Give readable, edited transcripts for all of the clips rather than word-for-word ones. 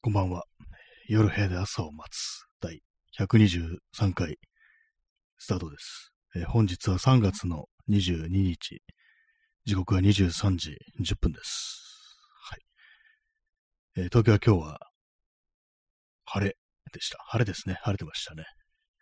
こんばんは。夜部屋で朝を待つ第123回スタートです。本日は3月の22日、時刻は23時10分です。はい。東京は今日は晴れでした。晴れですね。晴れてましたね。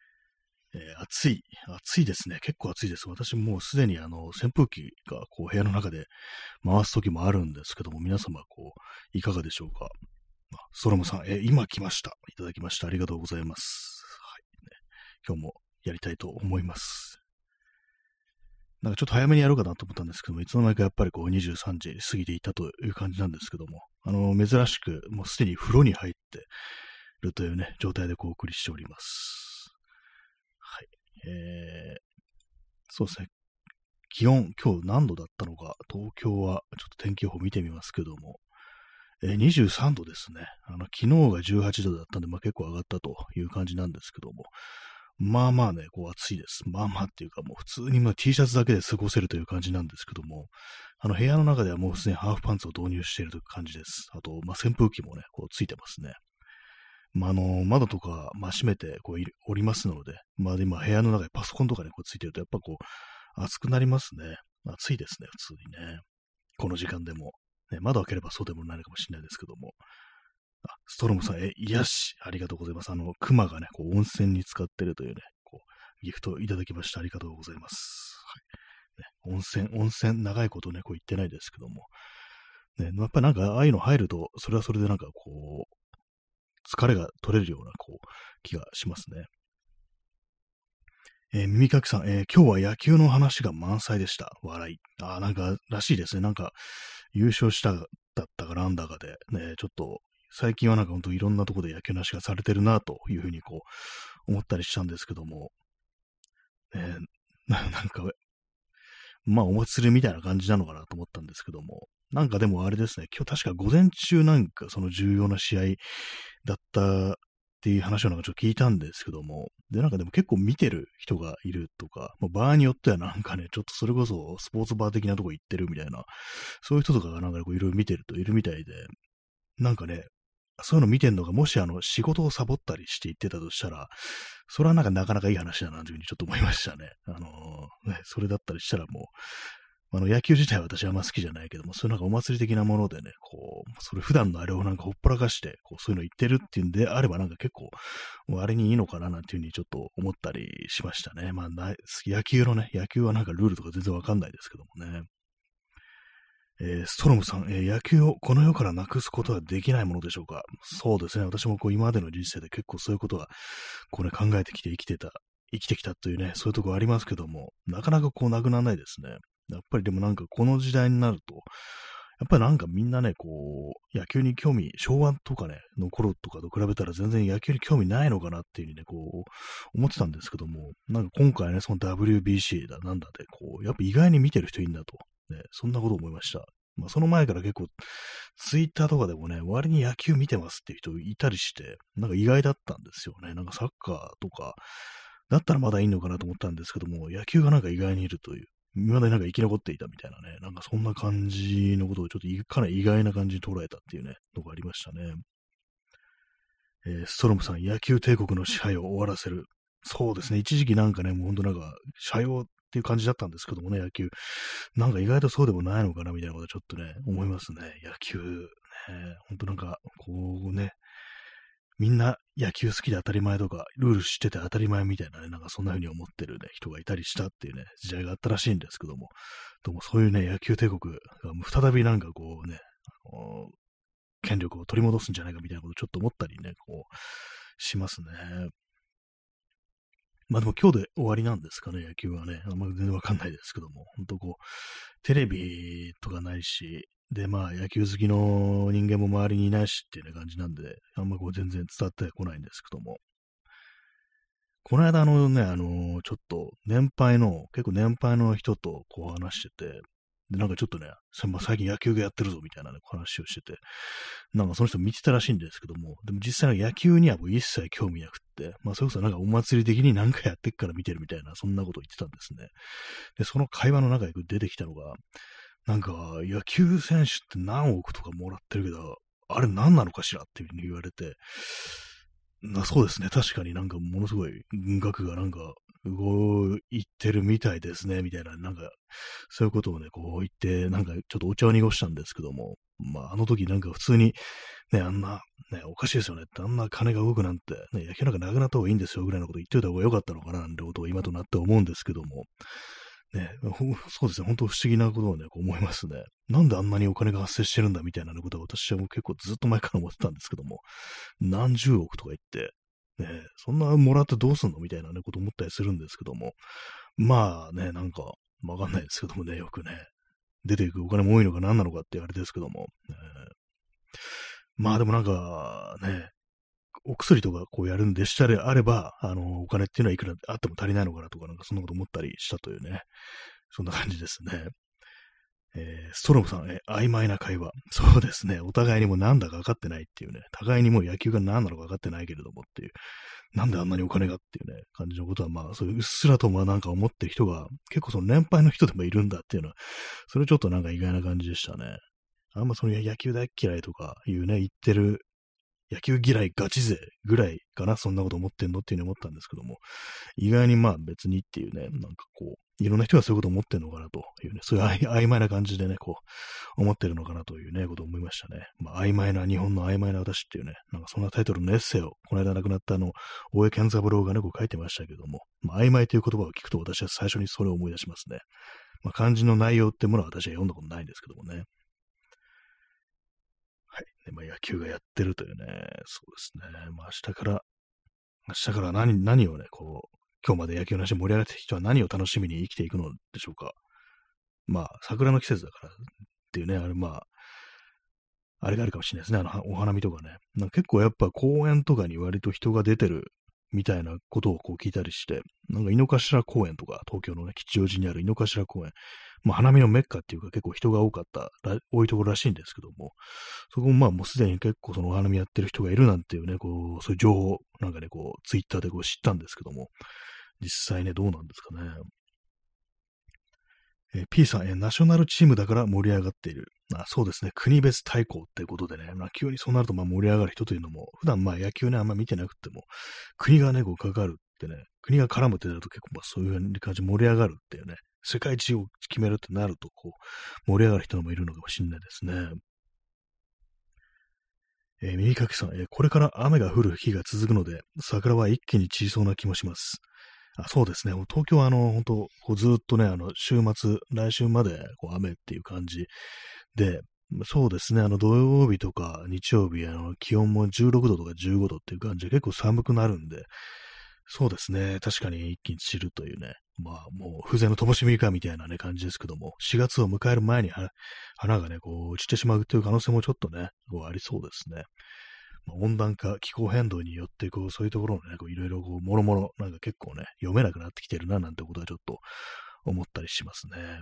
暑いですね。結構暑いです。私もうすでに扇風機がこう部屋の中で回す時もあるんですけども、皆様いかがでしょうか。ストロムさん、今来ました。いただきました。ありがとうございます。はい、ね。今日もやりたいと思います。なんかちょっと早めにやろうかなと思ったんですけども、いつの間にかやっぱり23時過ぎていたという感じなんですけども、珍しくもうすでに風呂に入ってるというね、状態でお送りしております。はい。そうですね。気温、今日何度だったのか、東京はちょっと天気予報見てみますけども、23度ですね。昨日が18度だったんで、結構上がったという感じなんですけども、まあまあね、暑いです。まあまあっていうか、もう普通にT シャツだけで過ごせるという感じなんですけども、部屋の中ではもうすでにハーフパンツを導入しているという感じです。あと、扇風機もね、ついてますね。窓とか、閉めて、おりますので、今、部屋の中でパソコンとかね、ついてると、やっぱ暑くなりますね。暑いですね、普通にね。この時間でも。ね、窓開ければそうでもないのかもしれないですけども。ストロムさん、癒し、ありがとうございます。熊がね、温泉に使ってるというね、ギフトいただきました。ありがとうございます。はい。ね、温泉、長いことね、言ってないですけども。ね、やっぱりなんか、ああいうの入ると、それはそれでなんか疲れが取れるような、気がしますね。耳かきさん、今日は野球の話が満載でした。笑い。なんからしいですね。なんか、優勝しただったかなんだかで、ね、ちょっと、最近はなんかほんといろんなところで野球の話がされてるなというふうに思ったりしたんですけども、なんか、お祭りみたいな感じなのかなと思ったんですけども、なんかでもあれですね、今日確か午前中なんかその重要な試合だったっていう話をなんかちょっと聞いたんですけども、で、なんかでも結構見てる人がいるとか、場合によってはなんかね、ちょっとそれこそスポーツバー的なとこ行ってるみたいな、そういう人とかがなんかいろいろ見てるといるみたいで、なんかね、そういうの見てんのが、もし仕事をサボったりして言ってたとしたら、それはなんかなかなかいい話だなというふうにちょっと思いましたね。それだったりしたらもう、野球自体は私はあんま好きじゃないけども、そういうなんかお祭り的なものでね、それ普段のあれをなんかほっぽらかして、そういうの言ってるっていうんであればなんか結構、あれにいいのかななんていうふうにちょっと思ったりしましたね。野球はなんかルールとか全然わかんないですけどもね。ストロムさん、野球をこの世からなくすことはできないものでしょうか。そうですね。私も今までの人生で結構そういうことは、考えてきて生きてきたというね、そういうところありますけども、なかなかなくならないですね。やっぱりでもなんかこの時代になると、やっぱりなんかみんなね、野球に昭和とかね、の頃とかと比べたら全然野球に興味ないのかなっていうふうにね、思ってたんですけども、なんか今回ね、その WBC だなんだで、やっぱ意外に見てる人いるんだと、ね、そんなことを思いました。その前から結構、ツイッターとかでもね、割に野球見てますっていう人いたりして、なんか意外だったんですよね。なんかサッカーとか、だったらまだいいのかなと思ったんですけども、野球がなんか意外にいるという、未だになんか生き残っていたみたいなね、なんかそんな感じのことをちょっとかなり意外な感じに捉えたっていうね、のがありましたね。ストロムさん、野球帝国の支配を終わらせる。そうですね、一時期なんかね、もうほんとなんか、社用っていう感じだったんですけどもね、野球。なんか意外とそうでもないのかな、みたいなことちょっとね、思いますね。野球、ね、ほんとなんか、みんな野球好きで当たり前とか、ルール知ってて当たり前みたいなね、なんかそんな風に思ってるね、人がいたりしたっていうね、時代があったらしいんですけども、どうもそういうね、野球帝国が再びなんか権力を取り戻すんじゃないかみたいなことをちょっと思ったりね、しますね。でも今日で終わりなんですかね、野球はね。あんまり全然わかんないですけども、本当テレビとかないし、で、野球好きの人間も周りにいないしっていうような感じなんで、あんま全然伝わってこないんですけども。この間ちょっと結構年配の人と話してて、で、なんかちょっとね、最近野球がやってるぞみたいなね、話をしてて、なんかその人見てたらしいんですけども、でも実際の野球にはもう一切興味なくって、それこそなんかお祭り的になんかやってっから見てるみたいな、そんなことを言ってたんですね。で、その会話の中で出てきたのが、なんか野球選手って何億とかもらってるけど、 あれ何なのかしらっていうふうに言われて、そうですね。確かになんかものすごい額がなんか動いてるみたいですね、みたいな、なんか、そういうことをね、こう言って、なんかちょっとお茶を濁したんですけども、まああの時なんか普通に、ね、あんな、ね、おかしいですよねって、あんな金が動くなんて、ね、野球なんかなくなった方がいいんですよ、ぐらいのこと言っておいた方が良かったのかな、なんてことを今となって思うんですけども、ね、そうですね、本当不思議なことをね、こう思いますね。なんであんなにお金が発生してるんだみたいなことは私はもう結構ずっと前から思ってたんですけども、何十億とか言って、ね、そんなもらってどうすんのみたいなね、こと思ったりするんですけども、まあね、なんか、わかんないですけどもね、よくね、出ていくお金も多いのか何なのかってあれですけども、まあでもなんかね、お薬とかこうやるんでしたであれば、お金っていうのはいくらあっても足りないのかなとか、なんかそんなこと思ったりしたというね、そんな感じですね。ストロムさん、曖昧な会話。そうですね。お互いにもなんだか分かってないっていうね。互いにもう野球が何なのか分かってないけれどもっていう。なんであんなにお金がっていうね、感じのことは、まあ、そういううっすらとまあなんか思ってる人が、結構その年配の人でもいるんだっていうのは、それちょっとなんか意外な感じでしたね。あんまその野球大嫌いとかいうね、言ってる野球嫌いガチ勢ぐらいかな、そんなこと思ってんのっていうふうに思ったんですけども、意外にまあ別にっていうね、なんかこう、いろんな人がそういうこと思ってんのかなというね、そういう曖昧な感じでね、こう、思ってるのかなというね、ことを思いましたね。まあ、日本の曖昧な私っていうね、なんかそんなタイトルのエッセイを、この間亡くなった大江健三郎がね、こう書いてましたけども、まあ、曖昧という言葉を聞くと私は最初にそれを思い出しますね。まあ、漢字の内容ってものは私は読んだことないんですけどもね。はい。で、まあ、野球がやってるというね、そうですね。まあ、明日から何をね、こう、今日まで野球の話盛り上がってきた人は何を楽しみに生きていくのでしょうか。まあ、桜の季節だからっていうね、あれまあ、あれがあるかもしれないですね。お花見とかね。なんか結構やっぱ公園とかに割と人が出てるみたいなことをこう聞いたりして、なんか井の頭公園とか、東京のね、吉祥寺にある井の頭公園、まあ花見のメッカっていうか結構人が多いところらしいんですけども、そこもまあもうすでに結構そのお花見やってる人がいるなんていうね、こう、そういう情報、なんかね、こう、ツイッターでこう知ったんですけども、実際ね、どうなんですかね。P さん、ナショナルチームだから盛り上がっている。そうですね。国別対抗っていうことでね、急にそうなると盛り上がる人というのも、普段野球ね、あんま見てなくても、国がね、こうかかるってね、国が絡むってなると結構そういう感じで盛り上がるっていうね、世界一を決めるってなると、こう、盛り上がる人もいるのかもしれないですね。耳かきさん、これから雨が降る日が続くので、桜は一気に散りそうな気もします。そうですね。東京は本当こうずっとね、週末、来週までこう雨っていう感じで、そうですね。土曜日とか日曜日、気温も16度とか15度っていう感じで結構寒くなるんで、そうですね。確かに一気に散るというね。まあ、もう風情の灯火かみたいなね、感じですけども、4月を迎える前に花がね、こう、散ってしまうという可能性もちょっとね、こうありそうですね。温暖化、気候変動によって、こう、そういうところのね、こういろいろ、こう、もろもろ、なんか結構ね、読めなくなってきてるな、なんてことはちょっと思ったりしますね。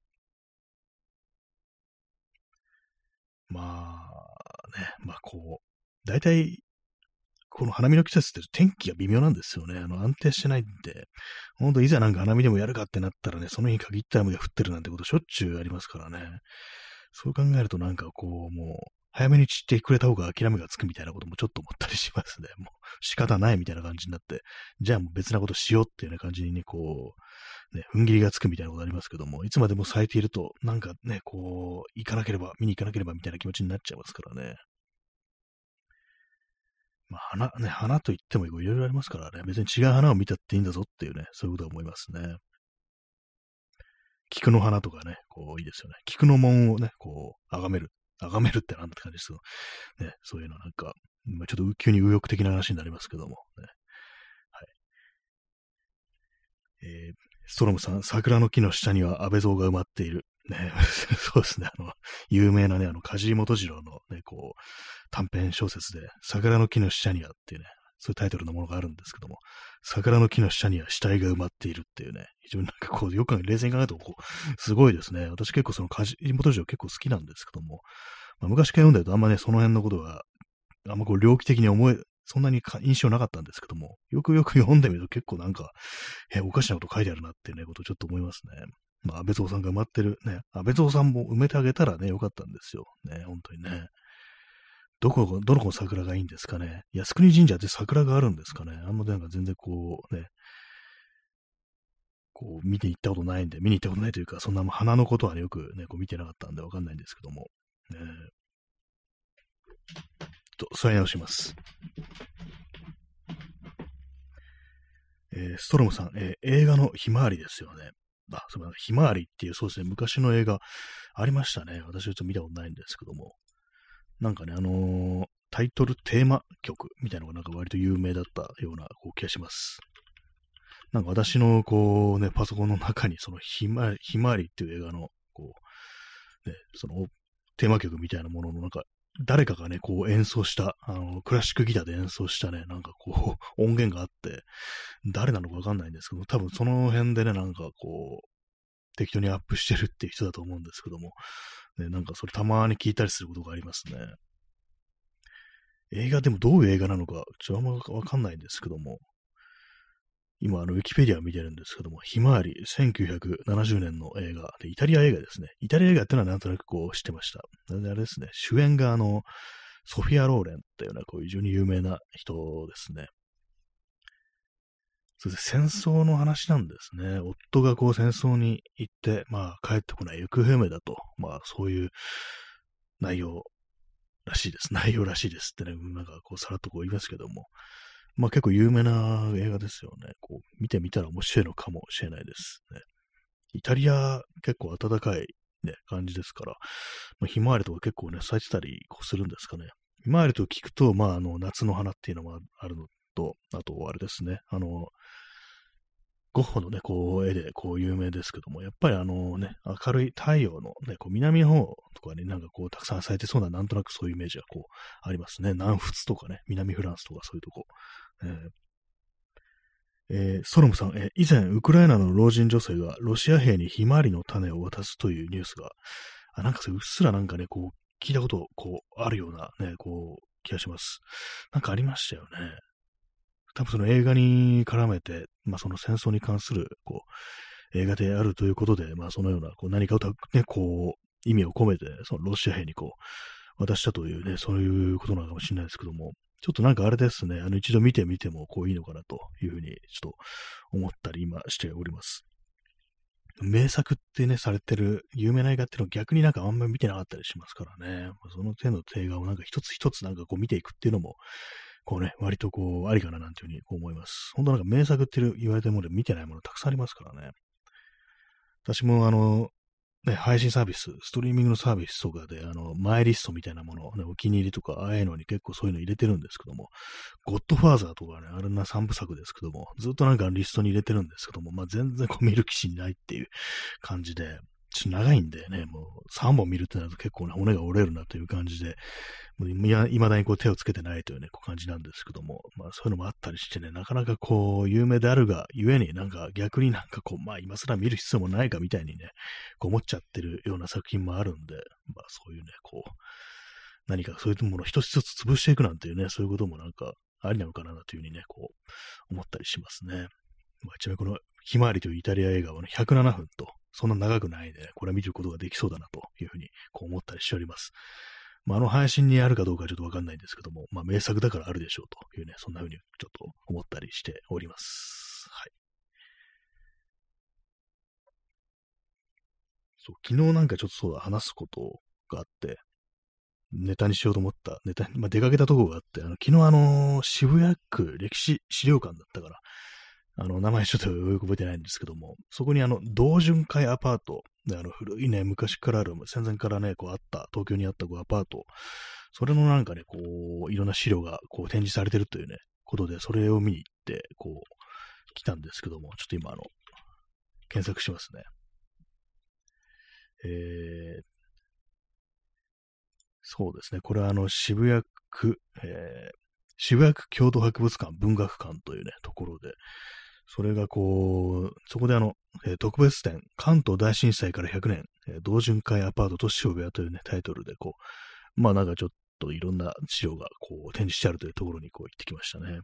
まあ、ね、こう、大体、この花見の季節って天気が微妙なんですよね。安定してないんで、ほんといざなんか花見でもやるかってなったらね、その日に限った雨が降ってるなんてことしょっちゅうありますからね。そう考えるとなんかこう、もう、早めに散ってくれた方が諦めがつくみたいなこともちょっと思ったりしますね。もう仕方ないみたいな感じになって、じゃあもう別なことしようっていうような感じにね、こう、ね、踏ん切りがつくみたいなことありますけども、いつまでも咲いていると、なんかね、こう、見に行かなければみたいな気持ちになっちゃいますからね。花といってもいろいろありますからね。別に違う花を見たっていいんだぞっていうね、そういうことは思いますね。菊の花とかね、こういいですよね。菊の門をね、こう、崇める。崇めるってなんだって感じですけど、ね、そういうのなんか、ちょっと急に右翼的な話になりますけども、ね。はい。ストロムさん、桜の木の下には安倍像が埋まっている。ね、そうですね、有名なね、梶井元次郎のね、こう、短編小説で、桜の木の下にはっていうね、そういうタイトルのものがあるんですけども、桜の木の下には死体が埋まっているっていうね、非常になんかこう、よく冷静に考えると、こう、すごいですね。私結構その梶井元次郎結構好きなんですけども、昔から読んでるとあんまね、その辺のことが、あんまこう、猟奇的にそんなに印象なかったんですけども、よくよく読んでみると結構なんか、おかしなこと書いてあるなっていうね、ことをちょっと思いますね。安倍蔵さんが埋まってるね、安倍蔵さんも埋めてあげたらね、よかったんですよ。ね、本当にね。 どの子の桜がいいんですかね。靖国神社って桜があるんですかね。あんまなんか全然見て行ったことないんで、見に行ったことないというか、そんな花のことはね、よくね、見てなかったんでわかんないんですけども。座り直します。ストロムさん、映画のひまわりですよね。ひまわりっていう、そうですね、昔の映画ありましたね。私はちょっと見たことないんですけども。なんかね、タイトルテーマ曲みたいなのがなんか割と有名だったような気がします。なんか私のパソコンの中にそのひまわりっていう映画のそのテーマ曲みたいなもののなんか誰かがね、演奏した、クラシックギターで演奏したね、なんか音源があって、誰なのかわかんないんですけど、多分その辺でね、なんか適当にアップしてるっていう人だと思うんですけども、ね、なんかそれたまに聞いたりすることがありますね。映画でもどういう映画なのか、ちょっとあんまわかんないんですけども、今、ウィキペディアを見てるんですけども、ひまわり、1970年の映画で、イタリア映画ですね。イタリア映画ってのはなんとなく知ってました。あれですね、主演がソフィア・ローレンっていうような、非常に有名な人ですね。それで戦争の話なんですね。夫が戦争に行って、帰ってこない行方不明だと。そういう内容らしいです。内容らしいですってね、なんかさらっと言いますけども。結構有名な映画ですよね。見てみたら面白いのかもしれないですね。イタリア結構暖かいね、感じですから、ひまわりとか結構ね、咲いてたりするんですかね。ひまわりと聞くと、夏の花っていうのもあるのと、あと、あれですね、ゴッホのね、絵で、有名ですけども、やっぱり明るい太陽のね、南の方とかになんかたくさん咲いてそうな、なんとなくそういうイメージがありますね。南仏とかね、南フランスとかそういうとこ。ソロムさん、以前、ウクライナの老人女性がロシア兵にひまわりの種を渡すというニュースが、なんかうっすらなんかね、聞いたこと、あるようなね、気がします。なんかありましたよね。多分その映画に絡めて、その戦争に関する、映画であるということで、そのような、何かをね、意味を込めて、そのロシア兵に渡したというね、そういうことなのかもしれないですけども、ちょっとなんかあれですね、一度見てみてもいいのかなというふうに、ちょっと思ったり今しております。名作ってね、されてる有名な映画っていうのを逆になんかあんまり見てなかったりしますからね、その手の映画をなんか一つ一つなんか見ていくっていうのも、割とありかななんていうふうに思います。本当なんか名作って言われてるもので見てないものたくさんありますからね。私も配信サービス、ストリーミングのサービスとかで、マイリストみたいなもの、ね、お気に入りとか、ああいうのに結構そういうの入れてるんですけども、ゴッドファーザーとかね、あれな3部作ですけども、ずっとなんかリストに入れてるんですけども、全然見る気しないっていう感じで、ちょっと長いんでね、もう3本見るってなると結構ね、骨が折れるなという感じで、もう未だに手をつけてないというね、感じなんですけども、そういうのもあったりしてね、なかなか有名であるが、ゆえになんか逆になんか今更見る必要もないかみたいにね、思っちゃってるような作品もあるんで、そういうね、何かそういうものを一つ一つ潰していくなんていうね、そういうこともなんかありなのかなというふうにね、思ったりしますね。ちなみにこのひまわりというイタリア映画はね、107分と、そんな長くないで、ね、これは見ることができそうだなというふうに思ったりしております。配信にあるかどうかはちょっとわかんないんですけども、名作だからあるでしょうというね、そんな風にちょっと思ったりしております。はい。そう、昨日なんかちょっとそうだ、話すことがあって、ネタにしようと思ったネタ、出かけたとこがあって、昨日渋谷区歴史資料館だったから、名前ちょっとよく覚えてないんですけども、そこに同潤会アパートで、古いね、昔からある、戦前からね、あった、東京にあったアパート、それのなんかね、いろんな資料が展示されてるというね、ことで、それを見に行って、来たんですけども、ちょっと今、検索しますね。そうですね、これは渋谷区、渋谷区郷土博物館文学館というね、ところで、それがそこで特別展、関東大震災から100年、同潤会アパートと渋谷というね、タイトルでなんかちょっといろんな資料が展示してあるというところに行ってきましたね。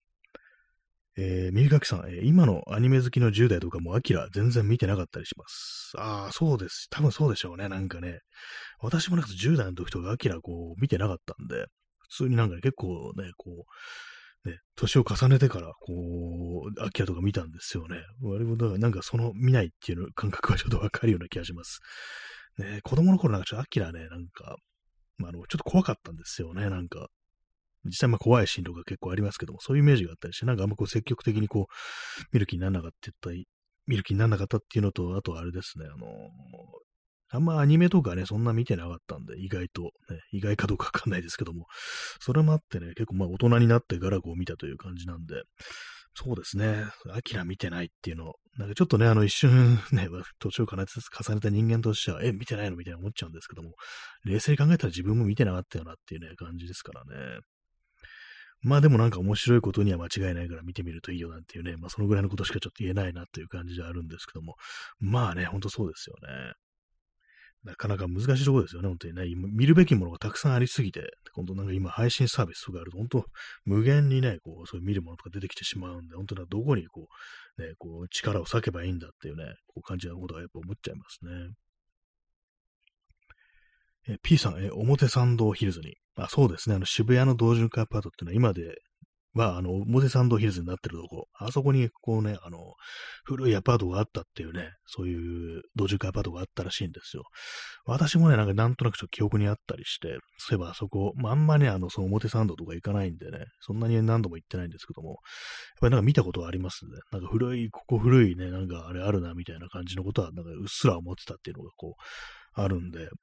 耳かきさん、今のアニメ好きの10代とかもアキラ全然見てなかったりします。ああ、そうです。多分そうでしょうね。なんかね、私もなんか10代の時とかアキラ見てなかったんで、 普通になんかね、結構ね、こう、ね、年を重ねてから、こう、アキラとか見たんですよね。我々もだからなんかその見ないっていう感覚はちょっとわかるような気がします。ね、子供の頃なんかちょっとアキラね、なんか、ちょっと怖かったんですよね、なんか。実際怖いシーンとか結構ありますけども、そういうイメージがあったりして、なんかあんまこう積極的にこう、見る気にならなかったって言った見る気にならなかったっていうのと、あとはあれですね、あんまアニメとかね、そんな見てなかったんで、意外と、ね、意外かどうかわかんないですけども、それもあってね、結構大人になってからこう見たという感じなんで、そうですね、アキラ見てないっていうの、なんかちょっとね、一瞬ね、年を重ねた人間としては、見てないのみたいな思っちゃうんですけども、冷静に考えたら自分も見てなかったよなっていうね、感じですからね。でもなんか面白いことには間違いないから見てみるといいよなんていうね、そのぐらいのことしかちょっと言えないなっていう感じであるんですけども、ほんとそうですよね。なかなか難しいところですよね、本当にね。今見るべきものがたくさんありすぎて、本当なんか今配信サービスとかあると、本当無限にね、こう、そういう見るものとか出てきてしまうんで、本当はどこにこう、ね、こう、力を割けばいいんだっていうね、こう感じなことはやっぱ思っちゃいますね。P さん、表参道ヒルズに。そうですね。渋谷の同潤会アパートっていうのは今で表参道ヒルズになってるとこ、あそこに、こうね、古いアパートがあったっていうね、そういう同住会アパートがあったらしいんですよ。私もね、なんとなくちょっと記憶にあったりして、そういえばあそこ、あんまね、その表参道とか行かないんでね、そんなに何度も行ってないんですけども、やっぱりなんか見たことはありますね。なんかここ古いね、なんかあれあるな、みたいな感じのことは、なんかうっすら思ってたっていうのがこう、あるんで、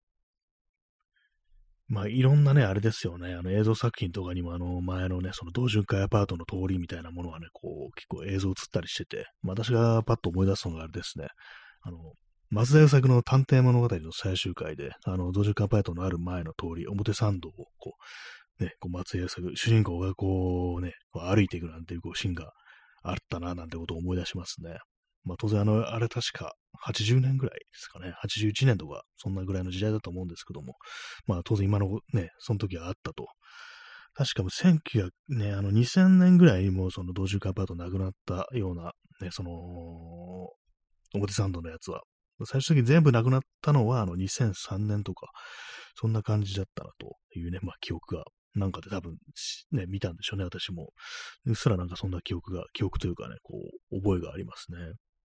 いろんなね、あれですよね。映像作品とかにも、前のね、その同潤会アパートの通りみたいなものはね、こう、結構映像映ったりしてて、私がパッと思い出すのがあれですね。あの、松田優作の探偵物語の最終回で、同潤会アパートのある前の通り、表参道を、こう、ね、こう松田優作、主人公がこうね、こう歩いていくなんていうこうシーンがあったな、なんてことを思い出しますね。当然あれ確か80年ぐらいですかね。81年とか、そんなぐらいの時代だと思うんですけども、当然今のね、その時はあったと。確かもう1900ね、2000年ぐらいにもその同住会アパートなくなったような、ね、その、表参道のやつは。最終的に全部なくなったのは、2003年とか、そんな感じだったなというね、記憶が、なんかで多分、ね、見たんでしょうね、私も。うっすらなんかそんな記憶というかね、こう、覚えがありますね。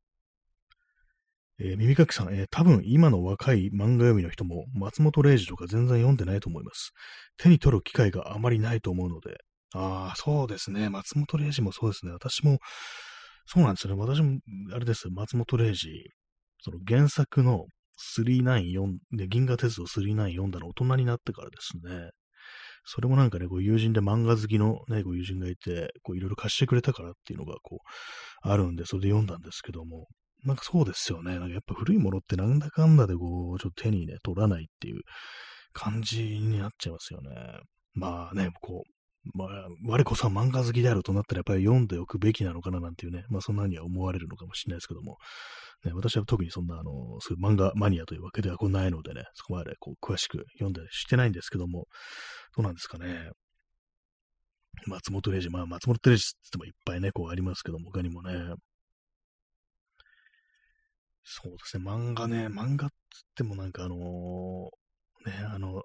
耳かきさん、多分今の若い漫画読みの人も松本零士とか全然読んでないと思います。手に取る機会があまりないと思うので。ああ、そうですね。松本零士もそうですね。私も、そうなんですよね。私も、あれです。松本零士、その原作の394で、銀河鉄道999読んだの大人になってからですね。それもなんかね、こう友人で漫画好きのね、こう友人がいて、こういろいろ貸してくれたからっていうのがこう、あるんで、それで読んだんですけども、なんかそうですよね。なんかやっぱ古いものってなんだかんだでこう、ちょっと手にね、取らないっていう感じになっちゃいますよね。こう、我こそは漫画好きであるとなったらやっぱり読んでおくべきなのかななんていうね、そんなには思われるのかもしれないですけども、ね、私は特にそんな、そういう漫画マニアというわけではこうないのでね、そこまでこう詳しく読んだりしてないんですけども、どうなんですかね。松本零士、松本零士って言ってもいっぱいね、こうありますけども、他にもね、そうですね、漫画っつってもなんかね、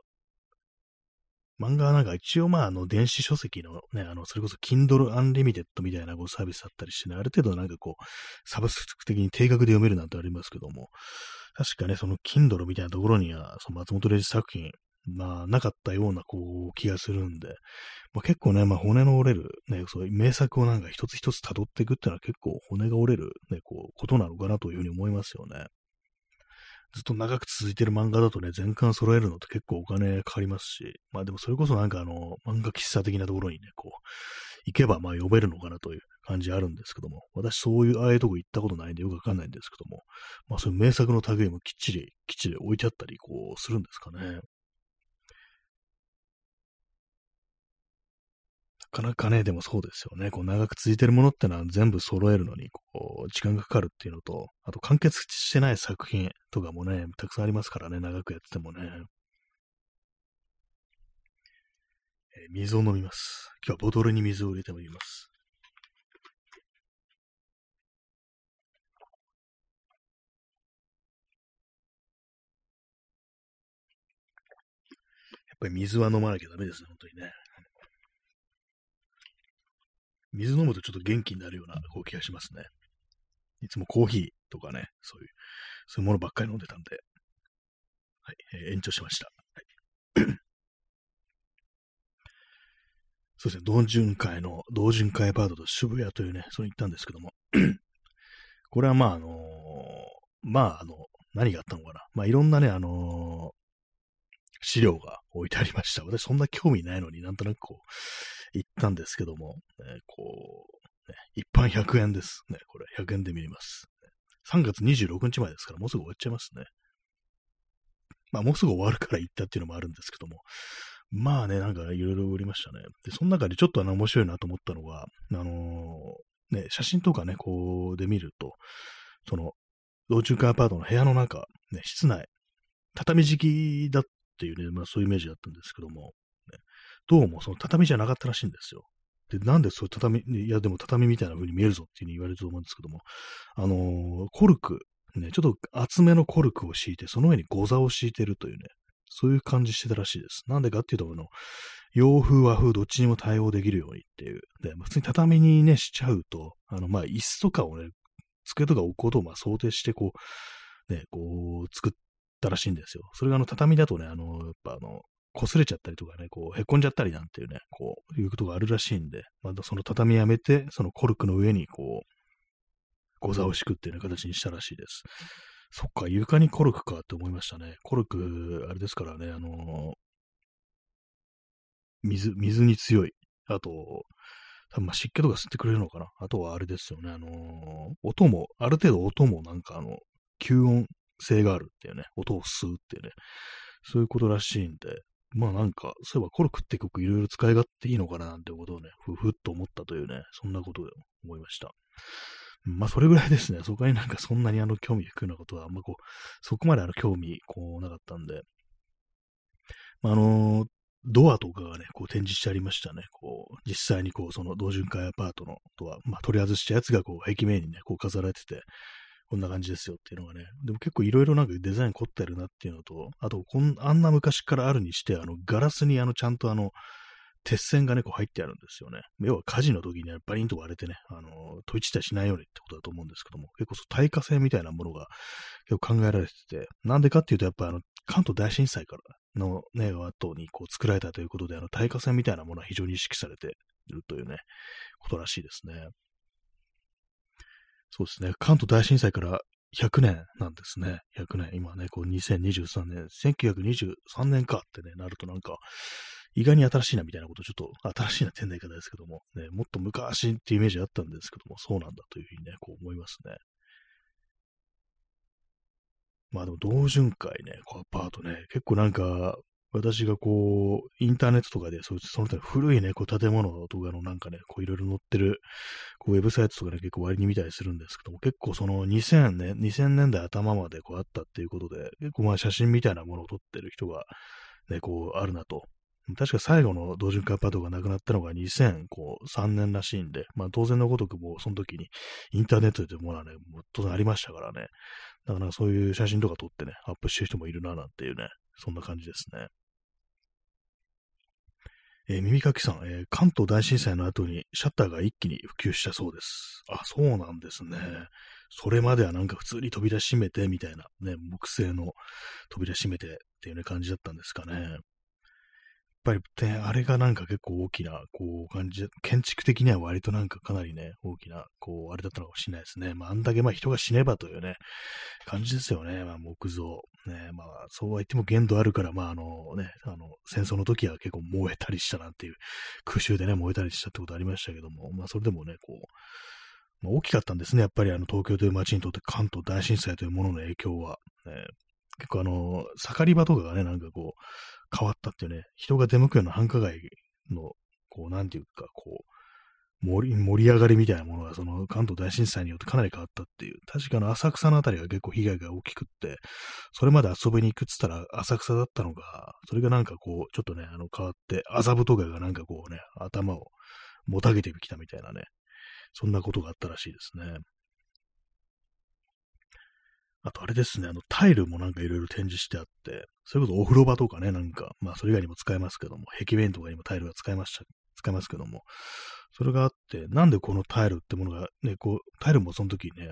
漫画はなんか一応電子書籍のね、それこそ Kindle Unlimited みたいなこうサービスだったりしてね、ある程度なんかこう、サブスク的に定額で読めるなんてありますけども、確かね、その Kindle みたいなところには、その松本零士作品、なかったようなこう気がするんで、結構ね、骨の折れる、ね、そういう名作をなんか一つ一つ辿っていくっていうのは結構骨が折れる、ね、こう、ことなのかなというふうに思いますよね。ずっと長く続いてる漫画だとね、全巻揃えるのって結構お金かかりますし、でもそれこそなんか漫画喫茶的なところにね、こう、行けば読めるのかなという感じあるんですけども、私そういう、ああいうとこ行ったことないんでよくわかんないんですけども、そういう名作の類もきっちり置いてあったり、こう、するんですかね。なかなかね、でもそうですよね。こう長く続いてるものってのは全部揃えるのに、こう、時間がかかるっていうのと、あと完結してない作品とかもね、たくさんありますからね、長くやっててもね。水を飲みます。今日はボトルに水を入れてもいます。やっぱり水は飲まなきゃダメですね、本当にね。 水飲むとちょっと元気になるようなこう気がしますね。いつもコーヒーとかね、そういうものばっかり飲んでたんで、はい、延長しました。はい、そうですね、同潤会アパートと渋谷というね、それに行ったんですけども、これはまあ、何があったのかな。まあ、いろんなね、資料が置いてありました。私そんな興味ないのになんとなくこう、行ったんですけども、一般100円です。ね、これ100円で見れます。3月26日前ですから、もうすぐ終わっちゃいますね。まあ、もうすぐ終わるから行ったっていうのもあるんですけども、まあね、なんかいろいろ売りましたね。で、その中でちょっと面白いなと思ったのが、ね、写真とかね、こうで見ると、その、同中華アパートの部屋の中、ね、室内、畳敷きだっていうね、まあそういうイメージだったんですけども、ね、どうもその畳じゃなかったらしいんですよ。で、なんでそういう畳、いやでも畳みたいな風に見えるぞっていう風に言われると思うんですけども、コルク、ね、ちょっと厚めのコルクを敷いて、その上にゴザを敷いてるというね、そういう感じしてたらしいです。なんでかっていうと、洋風和風どっちにも対応できるようにっていう。で、普通に畳にね、しちゃうと、まあ、椅子とかをね、机とか置くことをまあ想定して、こう、ね、こう、作ったらしいんですよ。それが畳だとね、やっぱ擦れちゃったりとかね、こう、へこんじゃったりなんていうね、こう、いうことがあるらしいんで、またその畳やめて、そのコルクの上に、こう、ゴザを敷くっていうような形にしたらしいです。そっか、床にコルクかって思いましたね。コルク、あれですからね、水に強い。あと、多分まあ湿気とか吸ってくれるのかな。あとはあれですよね、ある程度音もなんか吸音性があるっていうね、音を吸うっていうね、そういうことらしいんで、まあなんか、そういえばコルクって曲いろいろ使い勝手いいのかななんてことをね、ふっと思ったというね、そんなことを思いました。まあそれぐらいですね。そこになんかそんなに興味引くようなことはあんまこう、そこまで興味こうなかったんで、まあドアとかがね、こう展示してありましたね。こう、実際にこう、その同潤会アパートのドア、まあ取り外したやつがこう、壁面にね、こう飾られてて、こんな感じですよっていうのがね。でも結構いろいろなんかデザイン凝ってるなっていうのと、あと、あんな昔からあるにして、ガラスにちゃんと鉄線がね、こう入ってあるんですよね。要は火事の時にバリンと割れてね、飛び散ったりしないようにってことだと思うんですけども、結構耐火性みたいなものが結構考えられてて、なんでかっていうと、やっぱ関東大震災からのね、後にこう作られたということで、耐火性みたいなものは非常に意識されているというね、ことらしいですね。そうですね。関東大震災から100年なんですね。100年。今ね、こう2023年、1923年かってね、なるとなんか、意外に新しいなみたいなこと、ちょっと新しいなって変な言い方ですけども、ね、もっと昔っていうイメージあったんですけども、そうなんだというふうにね、こう思いますね。まあでも同潤会ね、こうアパートね、結構なんか、私がこう、インターネットとかで、その他古いね、こう建物とかのなんかね、こういろいろ載ってる、こうウェブサイトとかね、結構割に見たりするんですけども、結構その2000年代頭までこうあったっていうことで、結構まあ写真みたいなものを撮ってる人がね、こうあるなと。確か最後の同潤会アパートがなくなったのが2003年らしいんで、まあ当然のごとくもうその時にインターネットでものはね、もう当然ありましたからね。だからそういう写真とか撮ってね、アップしてる人もいるななんていうね、そんな感じですね。耳かきさん、関東大震災の後にシャッターが一気に普及したそうです。あ、そうなんですね。それまではなんか普通に扉閉めてみたいなね、木製の扉閉めてっていうね感じだったんですかね。ぱり、あれがなんか結構大きな、こう、感じで、建築的には割となんかかなりね、大きな、こう、あれだったのかもしれないですね。まあ、あんだけまあ人が死ねばというね、感じですよね。まあ、木造。ね、まあ、そうは言っても限度あるから、まあ、戦争の時は結構燃えたりしたなんていう、空襲でね、燃えたりしたってことありましたけども、まあ、それでもね、こう、まあ、大きかったんですね。やっぱり東京という街にとって関東大震災というものの影響は。結構盛り場とかがね、なんかこう、変わったっていうね、人が出向くような繁華街の、こう、なんていうか、こう、盛り上がりみたいなものが、その関東大震災によってかなり変わったっていう。確か浅草のあたりが結構被害が大きくって、それまで遊びに行くっつったら浅草だったのが、それがなんかこう、ちょっとね、変わって、麻布とかがなんかこうね、頭をもたげてきたみたいなね、そんなことがあったらしいですね。あとあれですね、タイルもなんかいろいろ展示してあって、それこそお風呂場とかね、なんか、まあそれ以外にも使えますけども、壁面とかにもタイルが使いますけども、それがあって、なんでこのタイルってものがね、こう、タイルもその時ね、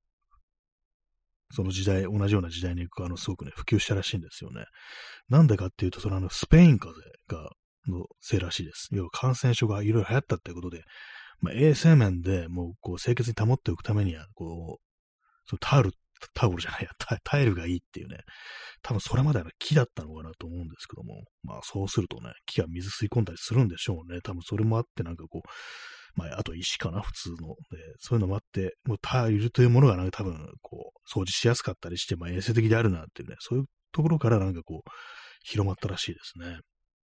その時代、同じような時代に、すごくね、普及したらしいんですよね。なんでかっていうと、スペイン風邪のせいらしいです。要は感染症がいろいろ流行ったってことで、まあ、衛生面でもう、こう、清潔に保っておくためには、こう、そのタオルじゃないや、タイルがいいっていうね、多分それまでは木だったのかなと思うんですけども、まあそうするとね、木が水吸い込んだりするんでしょうね。多分それもあってなんかこう、まああと石かな、普通の。でそういうのもあって、もうタイルというものがなんか多分こう、掃除しやすかったりして、まあ衛生的であるなっていうね、そういうところからなんかこう、広まったらしいですね。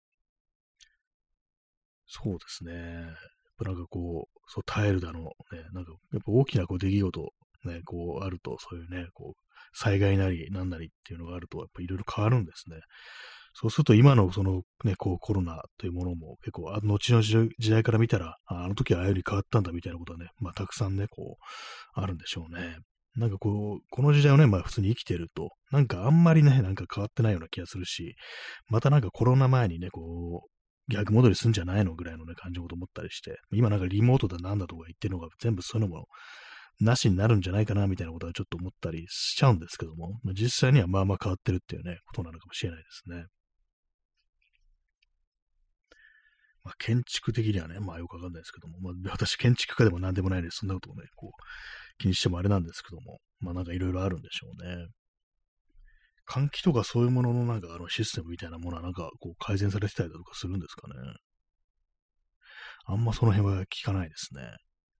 そうですね。やっぱなんかこう、そうタイルだの、ね、なんかやっぱ大きなこう出来事、ね、こうあると、そういうね、こう、災害なりなんなりっていうのがあると、やっぱいろいろ変わるんですね。そうすると今のそのね、こうコロナというものも結構、後の時代から見たら、あの時はああいう風に変わったんだみたいなことはね、まあたくさんね、こう、あるんでしょうね。なんかこう、この時代をね、まあ普通に生きてると、なんかあんまりね、なんか変わってないような気がするし、またなんかコロナ前にね、こう、逆戻りすんじゃないのぐらいのね、感じのこと思ったりして、今なんかリモートだなんだとか言ってるのが全部そういうのもなしになるんじゃないかなみたいなことはちょっと思ったりしちゃうんですけども、まあ、実際にはまあまあ変わってるっていうね、ことなのかもしれないですね。まあ、建築的にはね、まあよくわかんないですけども、まあ私建築家でも何でもないです。そんなことをね、こう気にしてもあれなんですけども、まあなんかいろいろあるんでしょうね。換気とかそういうもののなんかシステムみたいなものはなんかこう改善されてたりだとかするんですかね。あんまその辺は聞かないですね。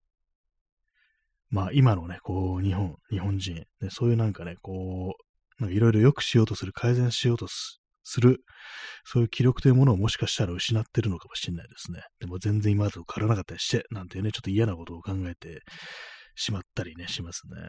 まあ今のね、こう日本人、ね、そういうなんかね、こう、なんかいろいろ良くしようとする、改善しようとする、そういう気力というものをもしかしたら失ってるのかもしれないですね。でも全然今までと変わらなかったりして、なんていうね、ちょっと嫌なことを考えてしまったりね、しますね。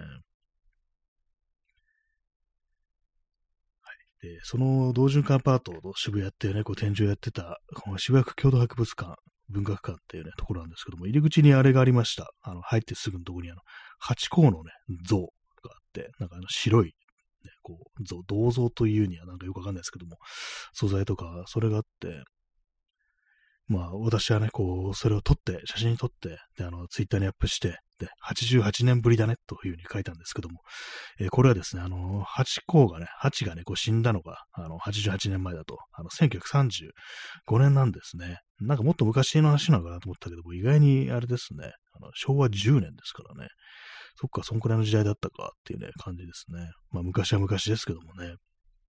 で、その同潤館アパートの渋谷っていうね、こう展示をやってた、この渋谷区郷土博物館、文学館っていうね、ところなんですけども、入り口にあれがありました。入ってすぐのところにハチ公のね、像があって、なんか白い、ね、こう、銅像というにはなんかよくわかんないですけども、素材とか、それがあって、まあ、私はね、こう、それを撮って、写真撮って、で、ツイッターにアップして、で、88年ぶりだね、というふうに書いたんですけども、これはですね、ハチ公がね、ハチがね、こう死んだのが、88年前だと、1935年なんですね。なんかもっと昔の話なのかなと思ったけども、意外にあれですね、昭和10年ですからね。そっか、そんくらいの時代だったかっていうね、感じですね。まあ、昔は昔ですけどもね。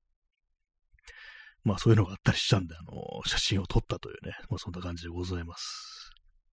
まあ、そういうのがあったりしたんで、写真を撮ったというね、まあ、そんな感じでございます。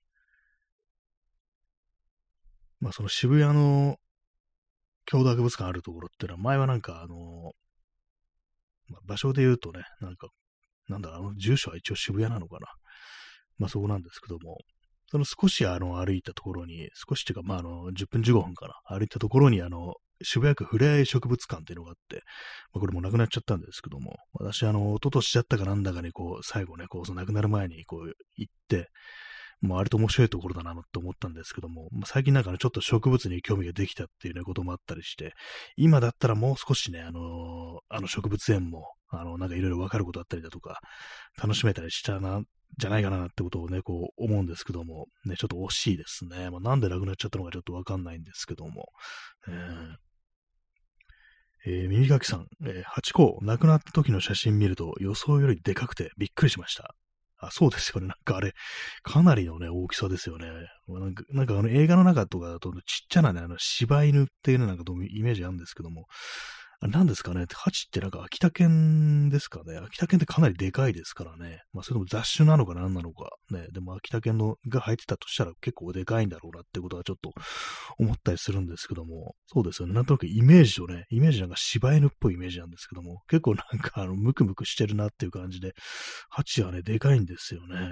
まあ、その渋谷の郷土博物館あるところっていうのは、前はなんか、まあ、場所で言うとね、なんか、なんだろう、住所は一応渋谷なのかな。まあ、そこなんですけども、その少し歩いたところに、少しっていうか、まあ、10分15分かな、歩いたところに、渋谷区ふれあい植物館っていうのがあって、まあ、これもうなくなっちゃったんですけども、私、一昨年だったかなんだかに、こう、最後ね、こう、その亡くなる前に、こう、行って、もうあれと面白いところだなと思ったんですけども、まあ、最近なんかね、ちょっと植物に興味ができたっていうね、こともあったりして、今だったらもう少しね、植物園も、なんかいろいろわかることあったりだとか、楽しめたりしたな、じゃないかなってことをね、こう思うんですけども、ね、ちょっと惜しいですね。まあ、なんでなくなっちゃったのかちょっとわかんないんですけども。耳かきさん、ハチ公、亡くなった時の写真見ると予想よりでかくてびっくりしました。あ、そうですよね。なんかあれ、かなりのね、大きさですよね。なんか映画の中とかだと、ちっちゃなね、柴犬っていうね、なんかイメージあるんですけども、あれなんですかね。ハチってなんか秋田犬ですかね。秋田犬ってかなりでかいですからね。まあ、それとも雑種なのか何なのか。ね。でも秋田犬が入ってたとしたら結構でかいんだろうなってことはちょっと思ったりするんですけども。そうですよね。なんとなくイメージなんか柴犬っぽいイメージなんですけども。結構なんかムクムクしてるなっていう感じで、ハチはね、でかいんですよね。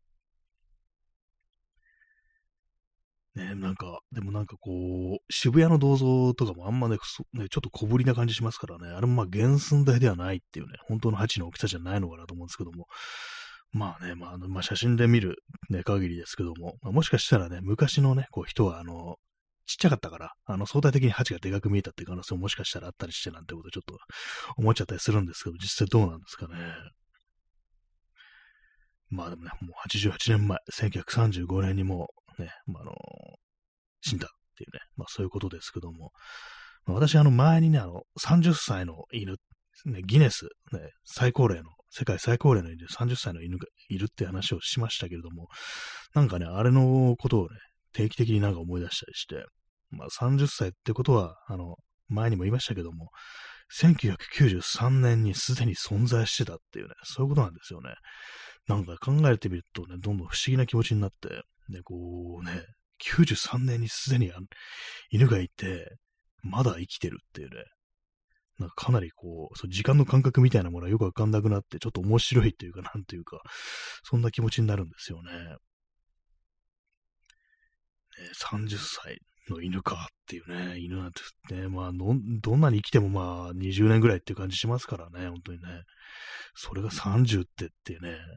ね、なんか、でもなんかこう、渋谷の銅像とかもあんまね、ねちょっと小ぶりな感じしますからね、あれもまあ原寸大ではないっていうね、本当の鉢の大きさじゃないのかなと思うんですけども、まあね、まあ写真で見る、ね、限りですけども、まあ、もしかしたらね、昔のね、こう人はちっちゃかったから、相対的に鉢がでかく見えたっていう可能性ももしかしたらあったりしてなんてことちょっと思っちゃったりするんですけど、実際どうなんですかね。 まあでもね、もう88年前、1935年にもうね、死んだっていうね、まあそういうことですけども、まあ、私前にね、30歳の犬、ね、ギネス、ね、最高齢の、世界最高齢の犬、30歳の犬がいるって話をしましたけれども、なんかね、あれのことをね、定期的になんか思い出したりして、まあ30歳ってことは、前にも言いましたけども、1993年にすでに存在してたっていうね、そういうことなんですよね。なんか考えてみるとね、どんどん不思議な気持ちになって、ね、こうね、93年にすでに犬がいて、まだ生きてるっていうね、なんかかなりこう、そう時間の感覚みたいなものはよくわかんなくなって、ちょっと面白いっていうか、なんていうか、そんな気持ちになるんですよね。30歳の犬かっていうね、犬なんてね、まあどんなに生きてもまあ20年ぐらいっていう感じしますからね、本当にね。それが30っていうね、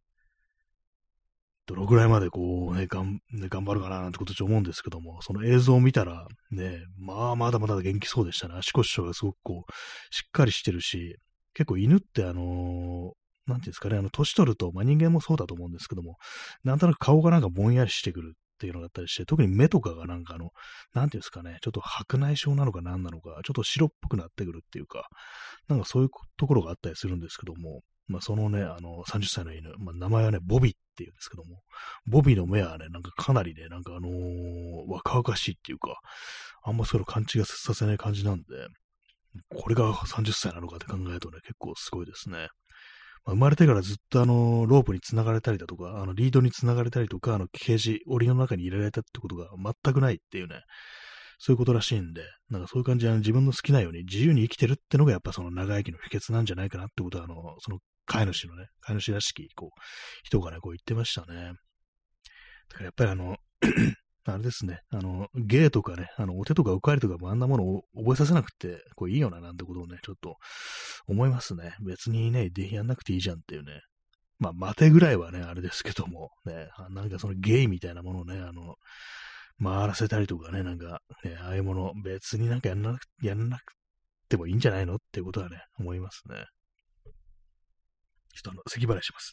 どのぐらいまでこうね、頑張るかななんてことち思うんですけども、その映像を見たら、ね、まあまだまだ元気そうでしたね。足腰がすごくこう、しっかりしてるし、結構犬ってなんていうんですかね、年取ると、まあ人間もそうだと思うんですけども、なんとなく顔がなんかぼんやりしてくるっていうのがあったりして、特に目とかがなんかなんていうんですかね、ちょっと白内障なのか何なのか、ちょっと白っぽくなってくるっていうか、なんかそういうところがあったりするんですけども、まあ、そのね、30歳の犬、まあ、名前はね、ボビーっていうんですけども、ボビーの目はね、なんかかなりね、なんか若々しいっていうか、あんまそういうの勘違いさせない感じなんで、これが30歳なのかって考えるとね、結構すごいですね。まあ、生まれてからずっとロープに繋がれたりだとか、リードに繋がれたりとか、ケージ、檻の中に入れられたってことが全くないっていうね、そういうことらしいんで、なんかそういう感じで自分の好きなように自由に生きてるってのがやっぱその長生きの秘訣なんじゃないかなってことは、その飼い主のね、飼い主らしき、こう、人がね、こう言ってましたね。だからやっぱりあれですね、芸とかね、お手とかうかりとかもあんなものを覚えさせなくて、こういいよななんてことをね、ちょっと思いますね。別にね、やんなくていいじゃんっていうね。まあ、待てぐらいはね、あれですけども、ね、なんかその芸みたいなものをね、回らせたりとかね、なんか、ね、ああいうもの、別になんかやんなくてもいいんじゃないのっていうことはね、思いますね。ちょっと咳払いします。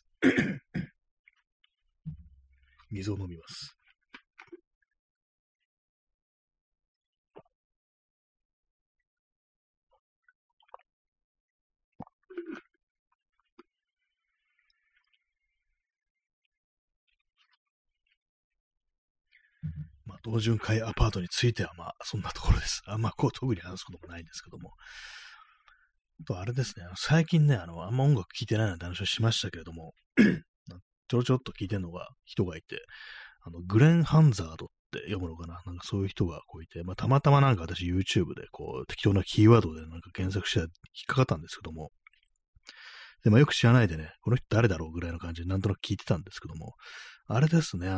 水を飲みます。まあ、同潤会アパートについては、まあ、そんなところです。あんまこう、特に話すこともないんですけども。あと、あれですね、最近ね、あんま音楽聴いてないなんて話をしましたけれども、ちょろちょろっと聞いてるのが人がいて、グレン・ハンザードって読むのかな、なんかそういう人がこういて、まあ、たまたまなんか私 YouTube でこう、適当なキーワードでなんか検索して引っかかったんですけども、で、まあ、よく知らないでね、この人誰だろうぐらいの感じでなんとなく聞いてたんですけども、あれですね、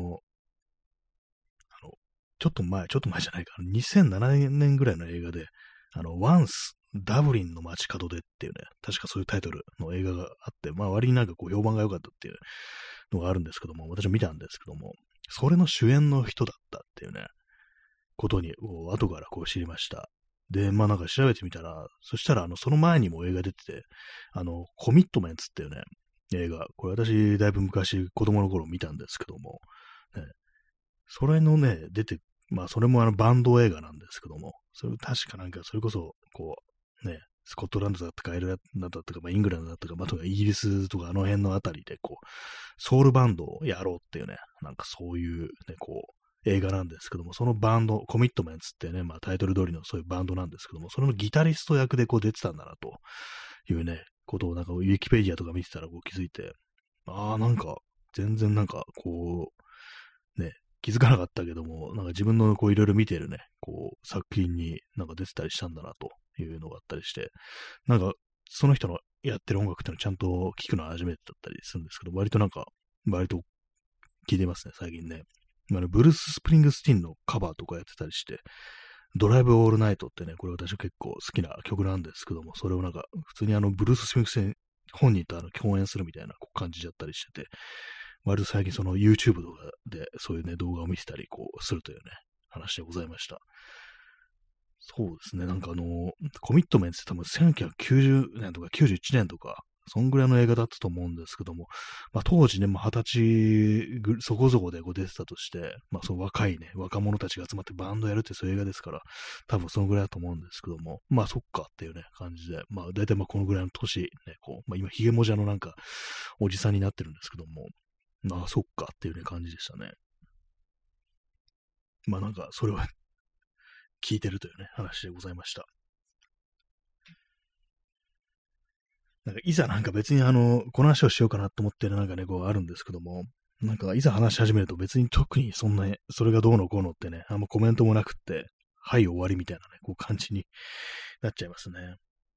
ちょっと前じゃないか、2007年ぐらいの映画で、ワンス、ダブリンの街角でっていうね、確かそういうタイトルの映画があって、まあ割になんかこう評判が良かったっていうのがあるんですけども、私も見たんですけども、それの主演の人だったっていうね、ことに、後からこう知りました。で、まあなんか調べてみたら、そしたらその前にも映画出てて、コミットメンツっていうね、映画、これ私だいぶ昔子供の頃見たんですけども、ね、それのね、まあそれもバンド映画なんですけども、それ確かなんかそれこそ、こう、ね、スコットランドだったか、アイルランドだったか、まあ、イングランドだったか、まあ、とかイギリスとかあの辺のあたりで、こう、ソウルバンドをやろうっていうね、なんかそういうね、こう、映画なんですけども、そのバンド、コミットメンツってね、まあタイトル通りのそういうバンドなんですけども、それのギタリスト役でこう出てたんだなというね、ことをなんかウィキペディアとか見てたらこう気づいて、ああ、なんか全然なんかこう、ね、気づかなかったけども、なんか自分のこういろいろ見てるね、こう作品になんか出てたりしたんだなというのがあったりして、なんかその人のやってる音楽っていうのをちゃんと聞くのは初めてだったりするんですけど、割と聞いてますね、最近ね。ブルース・スプリングスティンのカバーとかやってたりして、ドライブ・オールナイトってね、これ私結構好きな曲なんですけども、それをなんか、普通にブルース・スプリングスティン本人と共演するみたいな感じだったりしてて、割と最近その YouTube とかでそういうね、動画を見てたりこうするというね、話でございました。そうですね、なんかコミットメントって多分1990年とか91年とかそんぐらいの映画だったと思うんですけども、まあ当時ね、まあ20歳そこそこでこう出てたとして、まあそう若いね、若者たちが集まってバンドやるってそういう映画ですから、多分そのぐらいだと思うんですけども、まあそっかっていうね、感じで、まあ大体まあこのぐらいの年、ね、こう、まあ今ヒゲもじゃのなんか、おじさんになってるんですけども、まあそっかっていうね、感じでしたね。まあなんか、それを聞いてるというね、話でございました。なんか、いざなんか別にこの話をしようかなと思ってるなんかね、こうあるんですけども、なんか、いざ話し始めると別に特にそんな、それがどうのこうのってね、あんまコメントもなくって、はい、終わりみたいなね、こう感じになっちゃいますね。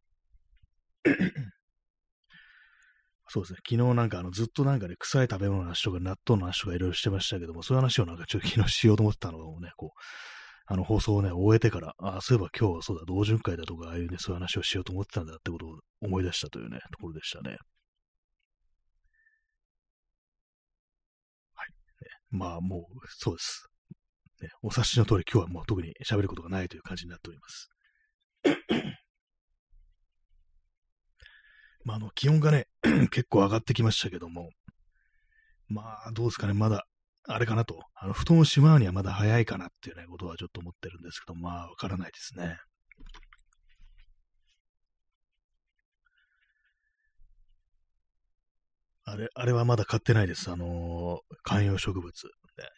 そうですね。昨日なんかずっとなんかね、臭い食べ物の話とか納豆の話とかいろいろしてましたけども、そういう話をなんかちょっと昨日しようと思ってたのをね、こう、放送をね、終えてから、あ、そういえば今日はそうだ、同潤会だとか、ああいうね、そういう話をしようと思ってたんだってことを思い出したというね、ところでしたね。はい。まあ、もう、そうです。ね、お察しの通り、今日はもう特に喋ることがないという感じになっております。まあ、気温がね、結構上がってきましたけども、まあ、どうですかね、まだ、あれかなと、布団をしまうにはまだ早いかなっていうね、ことはちょっと思ってるんですけど、まあ、わからないですね。あれはまだ買ってないです。観葉植物。ね、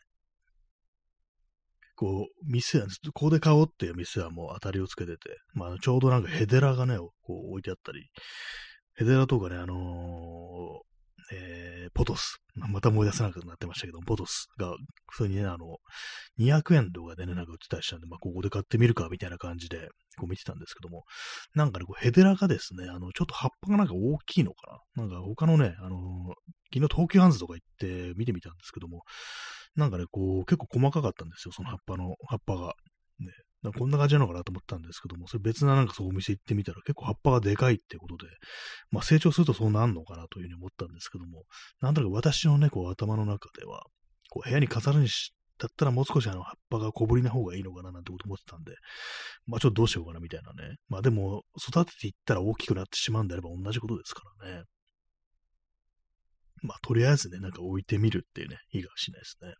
こう、店は、ここで買おうっていう店はもう当たりをつけてて、まあ、ちょうどなんかヘデラがね、こう置いてあったり、ヘデラとかね、ポトス。また思い出せなくなってましたけど、ポトスが普通にね、200円とかでね、なんか売ってたりしたんで、まあ、ここで買ってみるか、みたいな感じで、こう見てたんですけども、なんかね、こうヘデラがですね、ちょっと葉っぱがなんか大きいのかな。なんか他のね、昨日東急ハンズとか行って見てみたんですけども、なんかね、こう、結構細かかったんですよ、その葉っぱが。ね、なんかこんな感じなのかなと思ったんですけども、それ別ななんかそうお店行ってみたら結構葉っぱがでかいってことで、まあ成長するとそうなんのかなというふうに思ったんですけども、なんとなく私のね、こう頭の中では、こう部屋に飾るにし、だったらもう少し葉っぱが小ぶりな方がいいのかななんてこと思ってたんで、まあちょっとどうしようかなみたいなね。まあでも、育てていったら大きくなってしまうんであれば同じことですからね。まあとりあえずね、なんか置いてみるっていうね、いいかもしれないですね。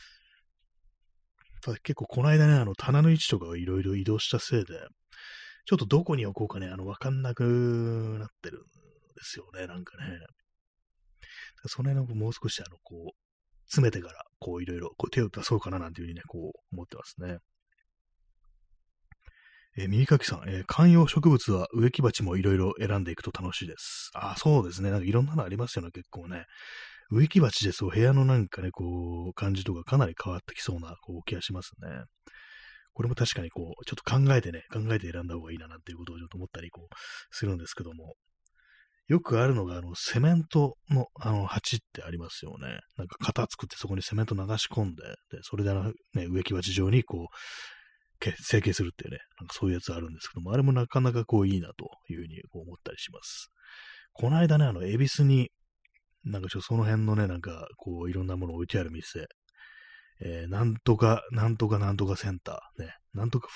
ただ結構この間ね、棚の位置とかをいろいろ移動したせいで、ちょっとどこに置こうかね、わかんなくなってるんですよね、なんかね。その辺のもう少しこう、詰めてから、こういろいろこう手を出そうかななんていうふうにね、こう思ってますね。耳かきさん、観葉植物は植木鉢もいろいろ選んでいくと楽しいです。あ、そうですね。なんかいろんなのありますよね、結構ね。植木鉢でそう、部屋のなんかね、こう、感じとかかなり変わってきそうな、こう、気がしますね。これも確かにこう、ちょっと考えて選んだ方がいいななんていうことをちょっと思ったり、こう、するんですけども。よくあるのが、セメントの、鉢ってありますよね。なんか型作ってそこにセメント流し込んで、で、それでね、植木鉢状にこう、成形するっていうね、なんかそういうやつあるんですけども、あれもなかなかこういいなというふうにこう思ったりします。この間ね、恵比寿に、なんかその辺のね、なんかこういろんなもの置いてある店、なんとか、なんとかなんとかセンター、ね、なんとか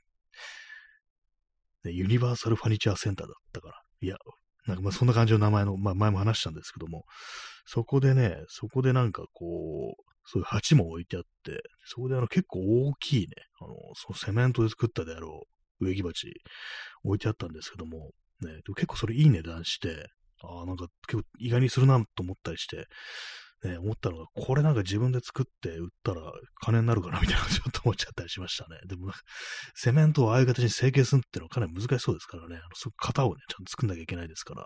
ね、ユニバーサルファニチャーセンターだったから。いや、なんかまあそんな感じの名前の、まあ前も話したんですけども、そこでなんかこう、そういう鉢も置いてあって、そこで結構大きいね、そのセメントで作ったであろう植木鉢置いてあったんですけども、ね、でも結構それいい値段して、ああ、なんか結構意外にするなと思ったりして、ね、思ったのが、これなんか自分で作って売ったら金になるかなみたいなちょっと思っちゃったりしましたね。でも、セメントをああいう形に成形するっていうのはかなり難しそうですからね。そう型をね、ちゃんと作んなきゃいけないですから。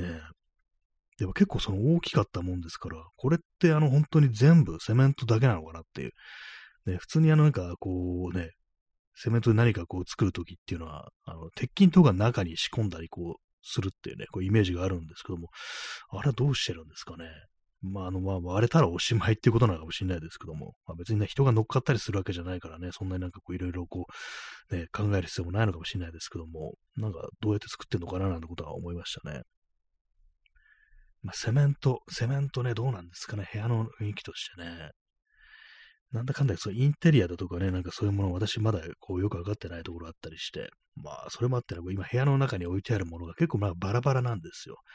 ね。でも結構その大きかったもんですから、これって本当に全部セメントだけなのかなっていう。ね、普通になんかこうね、セメントで何かこう作るときっていうのは、鉄筋とか中に仕込んだりこうするっていうね、こうイメージがあるんですけども、あれはどうしてるんですかね。まあ、まあ、割れたらおしまいっていうことなのかもしれないですけども、まあ、別にね、人が乗っかったりするわけじゃないからね、そんなになんかこう、いろいろこう、ね、考える必要もないのかもしれないですけども、なんか、どうやって作ってんのかななんてことは思いましたね。まあ、セメントね、どうなんですかね、部屋の雰囲気としてね。なんだかんだ、そうインテリアだとかね、なんかそういうもの、私まだこうよくわかってないところあったりして、まあ、それもあってね、今部屋の中に置いてあるものが結構まあバラバラなんですよ。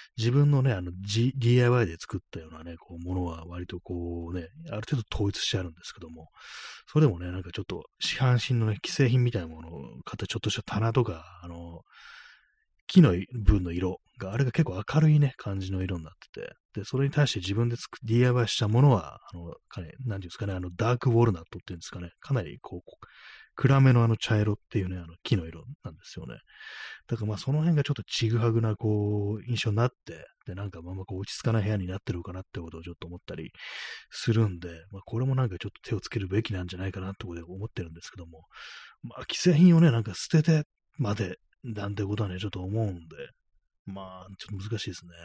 自分のね、DIY で作ったようなね、こう、ものは割とこうね、ある程度統一してあるんですけども、それでもね、なんかちょっと市販品のね、既製品みたいなものを買ったちょっとした棚とか、木の分の色が、あれが結構明るいね、感じの色になってて、で、それに対して自分でDIY したものは、なんていうんですかね、ダークウォルナットっていうんですかね、かなり暗めの茶色っていうね、木の色なんですよね。だからまあその辺がちょっとちぐはぐな印象になって、で、なんかまあまあ落ち着かない部屋になってるかなってことをちょっと思ったりするんで、まあこれもなんかちょっと手をつけるべきなんじゃないかなってことで思ってるんですけども、まあ既製品をね、なんか捨ててまでなんてことはね、ちょっと思うんで、まあちょっと難しいですね。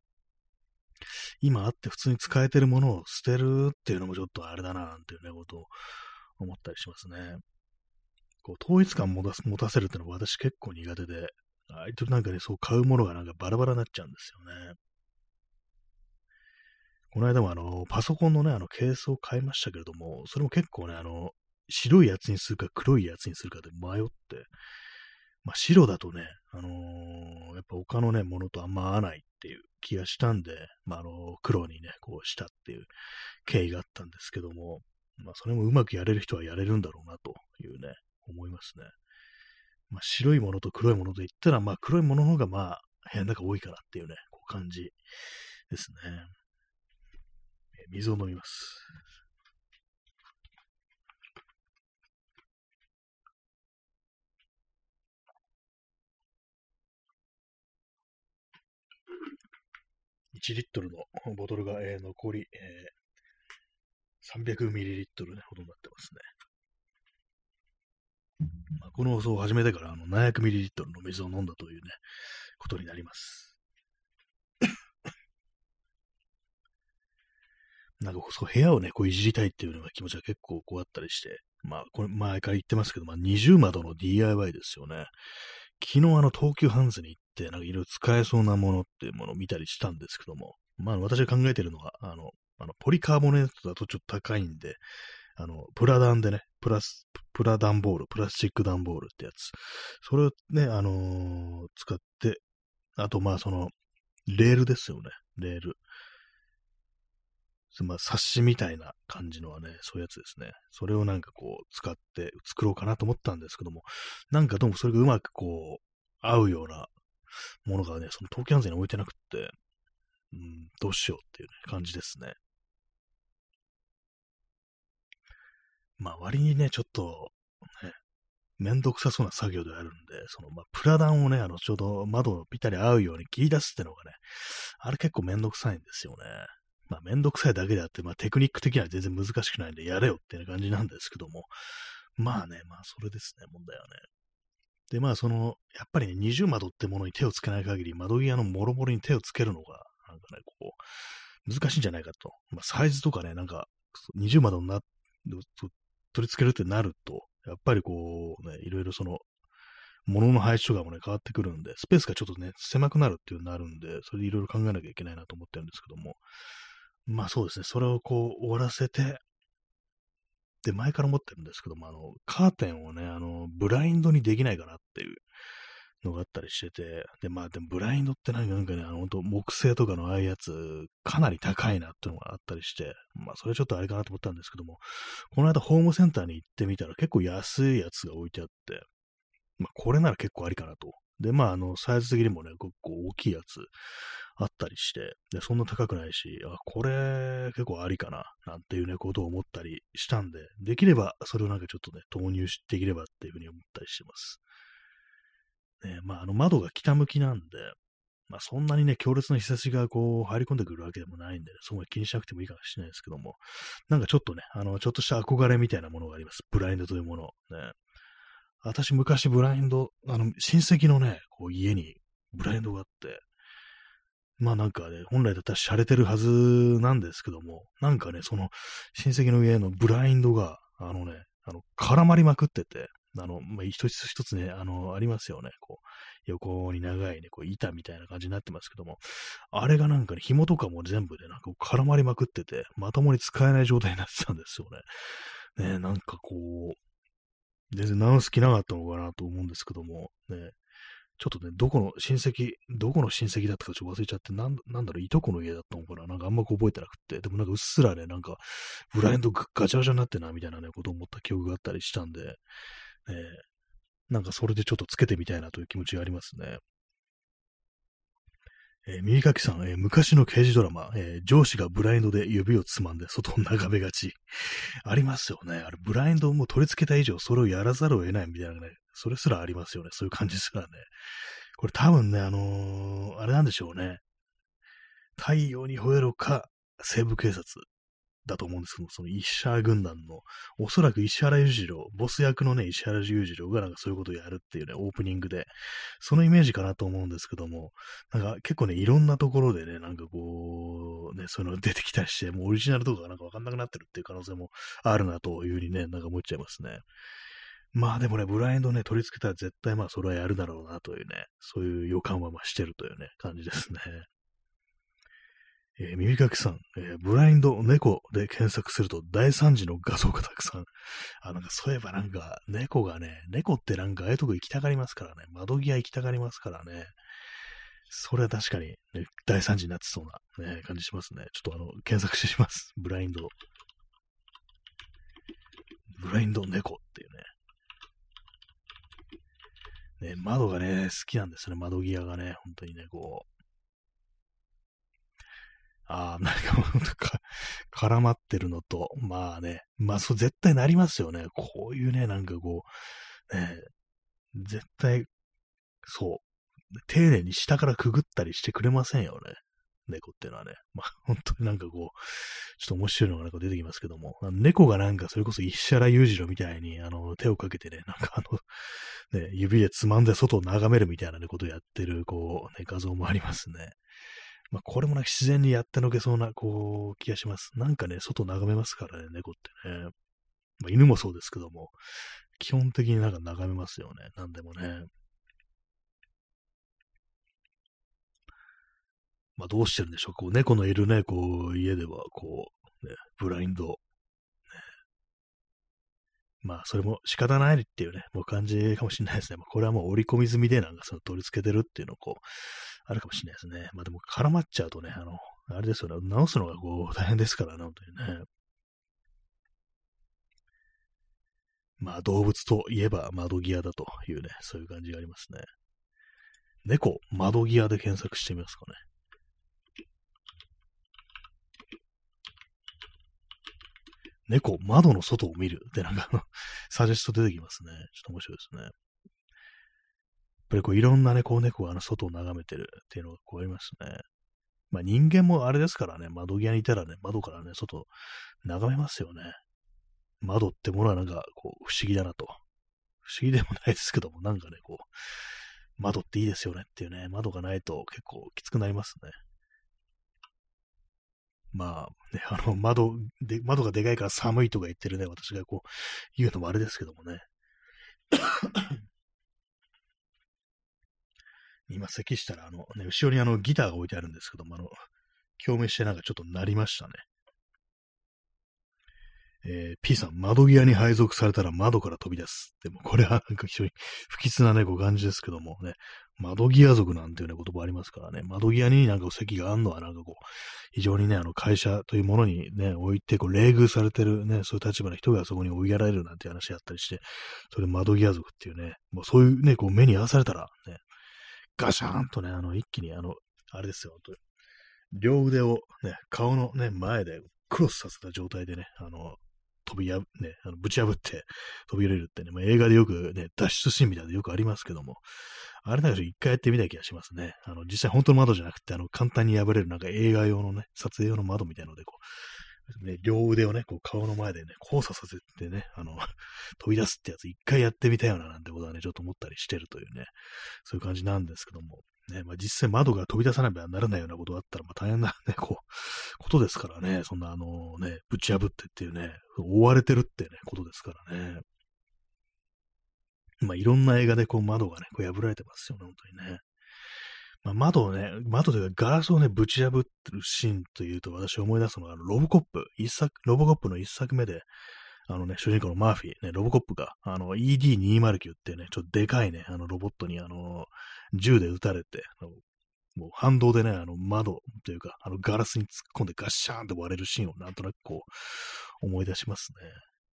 今あって普通に使えてるものを捨てるっていうのもちょっとあれだななんていうね、ことを思ったりしますね。統一感持たせるってのは私結構苦手で、あいつなんかね、そう買うものがなんかバラバラになっちゃうんですよね。この間もパソコンのね、ケースを買いましたけれども、それも結構ね、白いやつにするか黒いやつにするかで迷って、まあ白だとね、やっぱ他のね、ものとあんま合わないっていう気がしたんで、まあ黒にね、こうしたっていう経緯があったんですけども、まあそれもうまくやれる人はやれるんだろうなというね、思いますね。まあ、白いものと黒いものと言ったら、まあ、黒いものの方が、まあ、部屋の中多いかなっていうね、感じですね。水を飲みます。1リットルのボトルが、残り、300ml ね、ほどになってますね。まあ、この放送を始めてから、700ml の水を飲んだというね、ことになります。なんかそう部屋をね、いじりたいっていうような気持ちが結構あったりして、まあ、これ前から言ってますけど、まあ、二重窓の DIY ですよね。昨日東急ハンズに行って、なんかいろいろ使えそうなものっていうものを見たりしたんですけども、まあ私が考えてるのは、ポリカーボネートだとちょっと高いんで、プラダンでね、プラダンボール、プラスチックダンボールってやつ。それをね、使って、あとまあレールですよね、レール。まあ、冊子みたいな感じのはね、そういうやつですね。それをなんか使って作ろうかなと思ったんですけども、なんかどうもそれがうまく合うようなものがね、その東京ハンズに置いてなくって、どうしようっていう、ね、感じですね。まあ割にね、ちょっと、ね、めんどくさそうな作業であるんで、まあ、プラダンをね、ちょうど窓をぴったり合うように切り出すってのがね、あれ結構めんどくさいんですよね。まあ、めんどくさいだけであって、まあ、テクニック的には全然難しくないんで、やれよっていう感じなんですけども、まあね、まあ、それですね、問題はね。で、まあ、やっぱりね、二重窓ってものに手をつけない限り、窓際のもろもろに手をつけるのが、なんかね、難しいんじゃないかと。まあ、サイズとかね、なんか、二重窓に取り付けるってなると、やっぱりね、いろいろ物の配置とかもね、変わってくるんで、スペースがちょっとね、狭くなるっていうのになるんで、それでいろいろ考えなきゃいけないなと思ってるんですけども、まあそうですね、それを終わらせて、で、前から思ってるんですけども、カーテンをね、ブラインドにできないかなっていうのがあったりしてて、で、まあでもブラインドってなんかね、本当木製とかのああいうやつ、かなり高いなっていうのがあったりして、まあそれちょっとあれかなと思ったんですけども、この間ホームセンターに行ってみたら結構安いやつが置いてあって、まあこれなら結構ありかなと。で、まあサイズ的にもね、結構大きいやつあったりして、で、そんな高くないし、あ、これ結構ありかな、なんていうね、ことを思ったりしたんで、できればそれをなんかちょっとね、投入できればっていうふうに思ったりしてます。ね、まあ窓が北向きなんで、まあそんなにね、強烈な日差しが入り込んでくるわけでもないんで、そこまで気にしなくてもいいかもしれないですけども、なんかちょっとね、ちょっとした憧れみたいなものがあります。ブラインドというもの。ね。私昔ブラインド、親戚のね、家にブラインドがあって、まあなんかね、本来だったら洒落てるはずなんですけども、なんかね、親戚の家のブラインドが、絡まりまくってて、まあ、一つ一つね、ありますよね。横に長いね、板みたいな感じになってますけども、あれがなんかね、紐とかも全部でなんか絡まりまくってて、まともに使えない状態になってたんですよね。ね、なんか全然直す気なかったのかなと思うんですけども、ね、 ちょっとね、どこの親戚だったかちょっと忘れちゃって、なんだろう、いとこの家だったのかな、なんかあんま覚えてなくって、でもなんかうっすらね、なんか、ブラインドガチャガチャになってんな、みたいなね、ことを思った記憶があったりしたんで、なんかそれでちょっとつけてみたいなという気持ちがありますね。耳かきさん、昔の刑事ドラマ、上司がブラインドで指をつまんで外を眺めがち。ありますよね。あれ、ブラインドをもう取り付けた以上、それをやらざるを得ないみたいなね、それすらありますよね。そういう感じすらね。これ多分ね、あれなんでしょうね。太陽に吠えろか、西部警察だと思うんですけど、その石原軍団の、おそらく石原裕次郎、ボス役のね、石原裕次郎がなんかそういうことをやるっていうね、オープニングで、そのイメージかなと思うんですけども、なんか結構ね、いろんなところでね、なんかこう、ね、そういうの出てきたりして、もうオリジナルとかがなんかわかんなくなってるっていう可能性もあるなというふうにね、なんか思っちゃいますね。まあでもね、ブラインドね、取り付けたら絶対まあそれはやるだろうなというね、そういう予感はまあしてるというね、感じですね。耳かきさん、ブラインド猫で検索すると大惨事の画像がたくさん。なんかそういえばなんか猫がね、猫ってなんかああいうとこ行きたがりますからね、窓際行きたがりますからね、それは確かに、ね、大惨事になってそうな、ね、感じしますね。ちょっと検索してします。ブラインド猫っていうね。ね、窓がね、好きなんですね。窓際がね、本当にね、こう、なんかほんと絡まってるのと、まあね、まあそう絶対なりますよね。こういうね、なんかこう、ね、絶対、そう、丁寧に下からくぐったりしてくれませんよね。猫っていうのはね。まあ本当になんかこう、ちょっと面白いのがなんか出てきますけども、猫がなんかそれこそ石原裕次郎みたいに、手をかけてね、なんかね、指でつまんで外を眺めるみたいなね、ことをやってる、こう、ね、画像もありますね。まあ、これもなんか自然にやってのけそうな、こう、気がします。なんかね、外を眺めますからね、猫ってね。まあ、犬もそうですけども、基本的になんか眺めますよね。なんでもね。まあ、どうしてるんでしょう。こう、猫のいるね、こう、家では、こう、ね、ブラインド。まあ、それも仕方ないっていうね、もう感じかもしれないですね。まあ、これはもう織り込み済みで、なんかその取り付けてるっていうのをこう、あるかもしれないですね。まあでも絡まっちゃうとね、あれですよね、直すのがこう、大変ですからね、本当にね。まあ動物といえば窓際だというね、そういう感じがありますね。猫、窓際で検索してみますかね。猫、窓の外を見るってなんかサジェスト出てきますね。ちょっと面白いですね。やっぱりこういろんなね、こう猫が外を眺めてるっていうのがこうありますね。まあ人間もあれですからね、窓際にいたらね、窓からね、外眺めますよね。窓ってものはなんかこう不思議だなと。不思議でもないですけども、なんかね、こう、窓っていいですよねっていうね、窓がないと結構きつくなりますね。まあ、ね、窓がでかいから寒いとか言ってるね、私がこう、言うのもあれですけどもね。今、咳したら、後ろにギターが置いてあるんですけども、共鳴してなんかちょっと鳴りましたね。P さん、窓際に配属されたら窓から飛び出す。でも、これはなんか非常に不吉なね、ご感じですけどもね、窓際族なんていうね、言葉ありますからね、窓際になんか席があるのはなんかこう、非常にね、会社というものにね、置いて、こう、冷遇されてるね、そういう立場の人がそこに追いやられるなんていう話あったりして、それ窓際族っていうね、もうそういうね、こう、目に合わされたら、ね、ガシャーンとね、一気にあれですよ、両腕をね、顔のね、前でクロスさせた状態でね、飛びや、ね、ぶち破って飛び降りるってね、まあ、映画でよくね、脱出シーンみたいなのよくありますけども、あれなんか一回やってみたい気がしますね。実際本当の窓じゃなくて、簡単に破れるなんか映画用のね、撮影用の窓みたいなので、こう、ね、両腕をね、こう顔の前でね、交差させてね、飛び出すってやつ一回やってみたいよななんてことはね、ちょっと思ったりしてるというね、そういう感じなんですけども、ね、まあ実際窓が飛び出さなきゃならないようなことがあったら、まあ大変なね、こう、ことですからね、そんなね、ぶち破ってっていうね、追われてるってね、ことですからね。まあいろんな映画でこう窓がね、こう破られてますよね、本当にね。まあ、窓というかガラスをね、ぶち破ってるシーンというと、私思い出すのが、ロボコップの一作目で、 主人公のマーフィー、ね、ロボコップが、ED209 ってね、ちょっとでかいね、ロボットに、銃で撃たれて、もう反動でね、窓というか、ガラスに突っ込んでガッシャーンって割れるシーンをなんとなくこう、思い出しますね。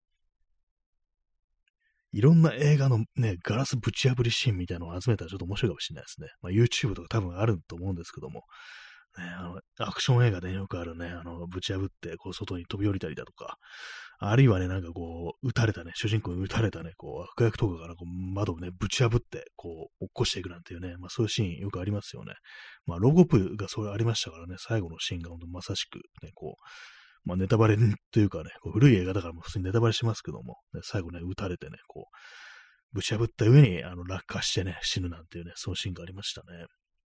いろんな映画のね、ガラスぶち破りシーンみたいなのを集めたらちょっと面白いかもしれないですね。まあ、YouTube とか多分あると思うんですけども、ね、アクション映画でよくあるね、ぶち破って、こう、外に飛び降りたりだとか、あるいはね、なんかこう、撃たれたね、主人公に撃たれたね、こう、悪役とかからこう窓をね、ぶち破って、こう、落っこしていくなんていうね、まあそういうシーンよくありますよね。まあ、ロゴップがそれありましたからね、最後のシーンが本当まさしく、ね、こう、まあネタバレというかね、こう古い映画だからもう普通にネタバレしますけども、ね、最後ね、撃たれてね、こう、ぶち破った上に、落下してね、死ぬなんていうね、そのシーンがありましたね。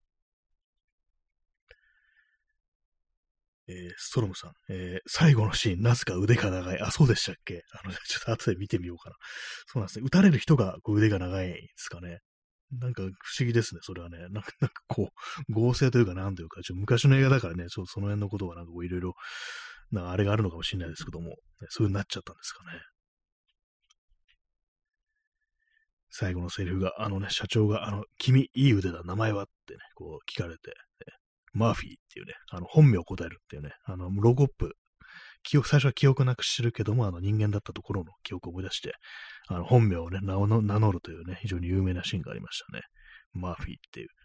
ストロムさん、最後のシーン、なぜか腕が長い。あ、そうでしたっけ？ちょっと後で見てみようかな。そうなんですね。撃たれる人がこう腕が長いんですかね。なんか不思議ですね、それはね。なんかこう、合成というか、なんというか、昔の映画だからね、その辺のことはなんかこういろいろ、なんかあれがあるのかもしれないですけども、ね、そういう風になっちゃったんですかね。最後のセリフが、社長が、君、いい腕だ、名前はってね、こう聞かれて、マーフィーっていうね、本名を答えるっていうね、ロゴップ、最初は記憶なくしてるけども、人間だったところの記憶を思い出して、本名をね、名乗るというね、非常に有名なシーンがありましたね。マーフィーっていう。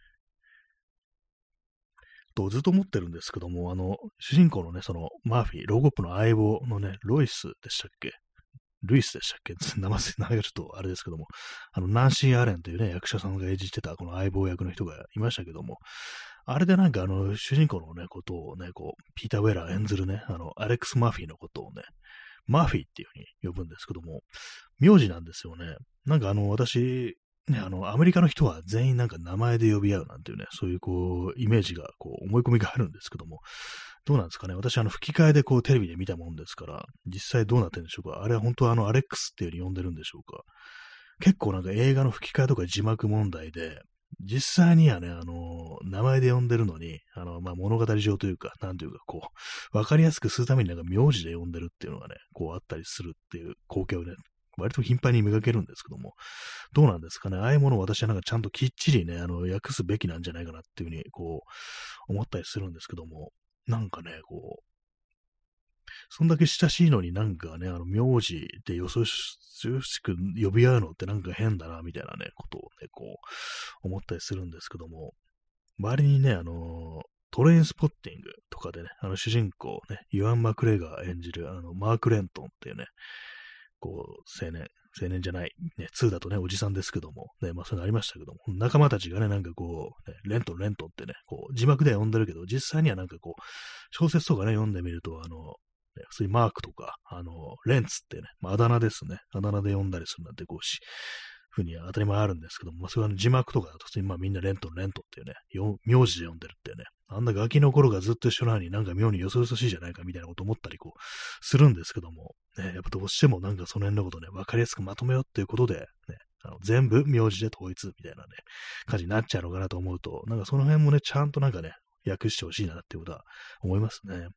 と、ずっと思ってるんですけども、主人公のね、その、マーフィー、ロゴップの相棒のね、ロイスでしたっけ？ルイスでしたっけ？名前がちょっとあれですけども、ナンシー・アレンというね、役者さんが演じてたこの相棒役の人がいましたけども、あれでなんか主人公のね、ことをね、こう、ピーター・ウェラー演ずるね、アレックス・マーフィーのことをね、マーフィーっていうふうに呼ぶんですけども、名字なんですよね。なんか私、ね、アメリカの人は全員なんか名前で呼び合うなんていうね、そういうこう、イメージが、こう、思い込みがあるんですけども、どうなんですかね。私、吹き替えでこう、テレビで見たもんですから、実際どうなってるんでしょうか。あれは本当はアレックスっていう風に呼んでるんでしょうか。結構なんか映画の吹き替えとか字幕問題で、実際にはね、名前で呼んでるのに、まあ、物語上というか、なんというか、こう、わかりやすくするためになんか名字で呼んでるっていうのがね、こうあったりするっていう光景をね、割と頻繁に描けるんですけども、どうなんですかね。ああいうものを私はなんかちゃんときっちりね、訳すべきなんじゃないかなっていうふうに、こう、思ったりするんですけども、なんかね、こう、そんだけ親しいのになんかね、名字でよそしく呼び合うのってなんか変だな、みたいなね、ことをね、こう、思ったりするんですけども、周りにね、トレインスポッティングとかでね、主人公ね、ユアン・マクレガー演じる、マーク・レントンっていうね、こう、青年じゃない、ね、2だとね、おじさんですけども、ね、まあそういうのありましたけども、仲間たちがね、なんかこう、ね、レントンってね、こう、字幕では読んでるけど、実際にはなんかこう、小説とかね、読んでみると、ね普通にマークとか、レンツってね、まあ、あだ名ですね。あだ名で読んだりするなんて、こうふうに当たり前あるんですけども、まあ、それは字幕とかだと普通にまあみんなレントンっていうね、名字で読んでるっていうね、あんなガキの頃がずっと一緒なのになんか妙によそよそしいじゃないかみたいなこと思ったりこう、するんですけども、ね、やっぱどうしてもなんかその辺のことね、わかりやすくまとめようっていうことで、ね、全部名字で統一みたいなね、感じになっちゃうのかなと思うと、なんかその辺もね、ちゃんとなんかね、訳してほしいなっていうことは思いますね。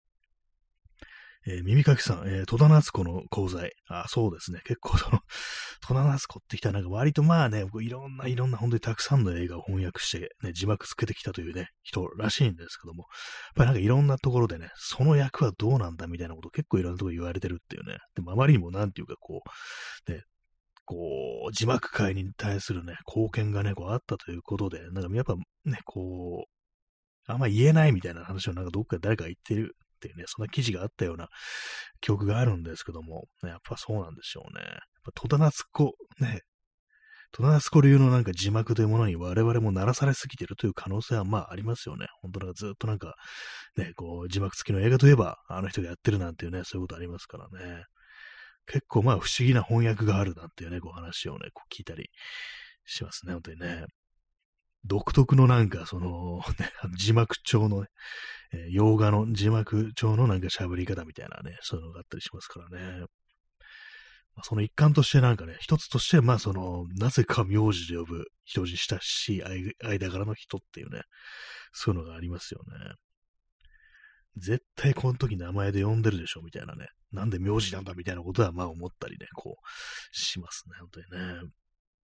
耳かきさん、戸田夏子の功罪。あ、そうですね。結構戸田夏子ってきたらなんか割とまあね、いろんな本当にたくさんの映画を翻訳して、ね、字幕つけてきたというね、人らしいんですけども、やっぱりなんかいろんなところでね、その役はどうなんだみたいなことを結構いろんなところ言われてるっていうね。でもあまりにもなんていうかこう、ね、こう、字幕界に対するね、貢献がね、こうあったということで、なんかやっぱね、こう、あんま言えないみたいな話をなんかどっかで誰かが言ってるっていうね、そんな記事があったような記憶があるんですけども、ね、やっぱそうなんでしょうね。やっぱ戸田夏子、ね、戸田夏子流のなんか字幕というものに我々も鳴らされすぎてるという可能性はまあありますよね。本当なんかずっとなんか、ね、こう字幕付きの映画といえば、あの人がやってるなんていうね、そういうことありますからね。結構まあ不思議な翻訳があるなんていうね、こう話をね、こう聞いたりしますね、本当にね。独特のなんか、ね、字幕調のね、洋画の字幕調のなんか喋り方みたいなね、そういうのがあったりしますからね。まあ、その一環としてなんかね、一つとして、まあなぜか名字で呼ぶ人に親しい間柄の人っていうね、そういうのがありますよね。絶対この時名前で呼んでるでしょ、みたいなね。 なんで名字なんだみたいなことはまあ思ったりね、こう、しますね、本当にね。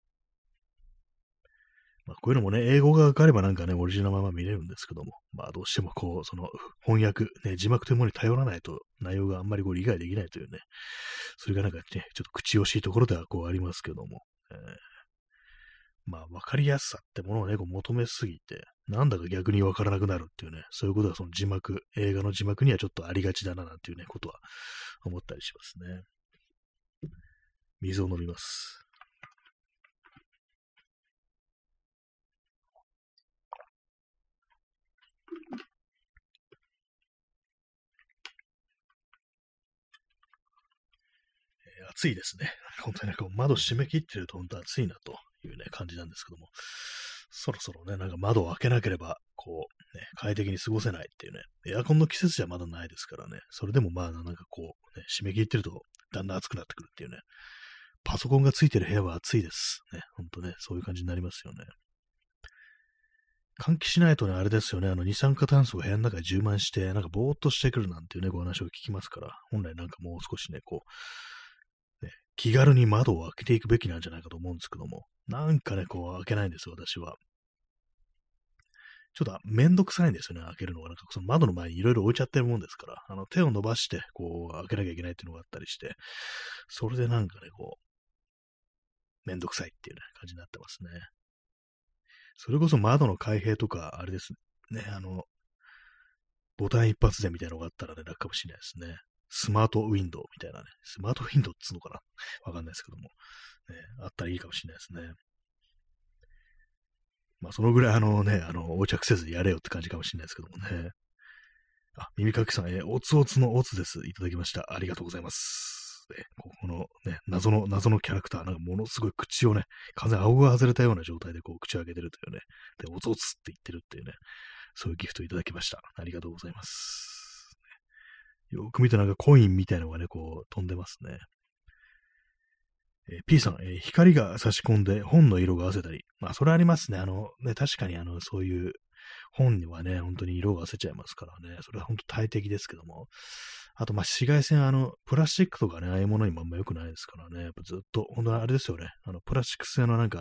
まあ、こういうのもね、英語がわかればなんかね、オリジナルのまま見れるんですけども、まあ、どうしてもこう、その翻訳、ね、字幕というものに頼らないと内容があんまりこう理解できないというね、それがなんかね、ちょっと口惜しいところではこうありますけども、まあ、わかりやすさってものをね、こう求めすぎて、なんだか逆にわからなくなるっていうね、そういうことはその字幕、映画の字幕にはちょっとありがちだななんていうね、ことは思ったりしますね。水を飲みます。暑いですね。本当になんか窓閉め切ってると本当暑いなというね、感じなんですけども、そろそろね、なんか窓を開けなければ、こう、ね、快適に過ごせないっていうね、エアコンの季節じゃまだないですからね、それでもまあなんかこう、ね、閉め切ってるとだんだん暑くなってくるっていうね、パソコンがついてる部屋は暑いです。ね、ほんとね、そういう感じになりますよね。換気しないとね、あれですよね、二酸化炭素が部屋の中に充満して、なんかぼーっとしてくるなんていうね、お話を聞きますから、本来なんかもう少しね、こう、ね、気軽に窓を開けていくべきなんじゃないかと思うんですけども、なんかね、こう開けないんですよ、私は。ちょっとめんどくさいんですよね、開けるのが。なんかその窓の前にいろいろ置いちゃってるもんですから、手を伸ばして、こう、開けなきゃいけないっていうのがあったりして、それでなんかね、こう、めんどくさいっていうね、感じになってますね。それこそ窓の開閉とか、あれですね、ボタン一発でみたいなのがあったらね、楽かもしれないですね。スマートウィンドウみたいなね。スマートウィンドウっつうのかなわかんないですけども。ね、あったらいいかもしれないですね。まあ、そのぐらい横着せずやれよって感じかもしれないですけどもね。あ、耳かきさん、おつおつのおつです。いただきました。ありがとうございます。ここのね、謎のキャラクター、なんかものすごい口をね、完全に顎が外れたような状態でこう口を開けてるというね、で、おつおつって言ってるっていうね、そういうギフトをいただきました。ありがとうございます。よく見てなんかコインみたいなのがね、こう飛んでますね。P さん、光が差し込んで本の色が褪せたり。まあ、それありますね。確かにそういう本にはね、本当に色が褪せちゃいますからね。それは本当大敵ですけども。あと、まあ、紫外線、プラスチックとかね、ああいうものにもあんま良くないですからね。やっぱずっと、本当はあれですよね。プラスチック製のなんか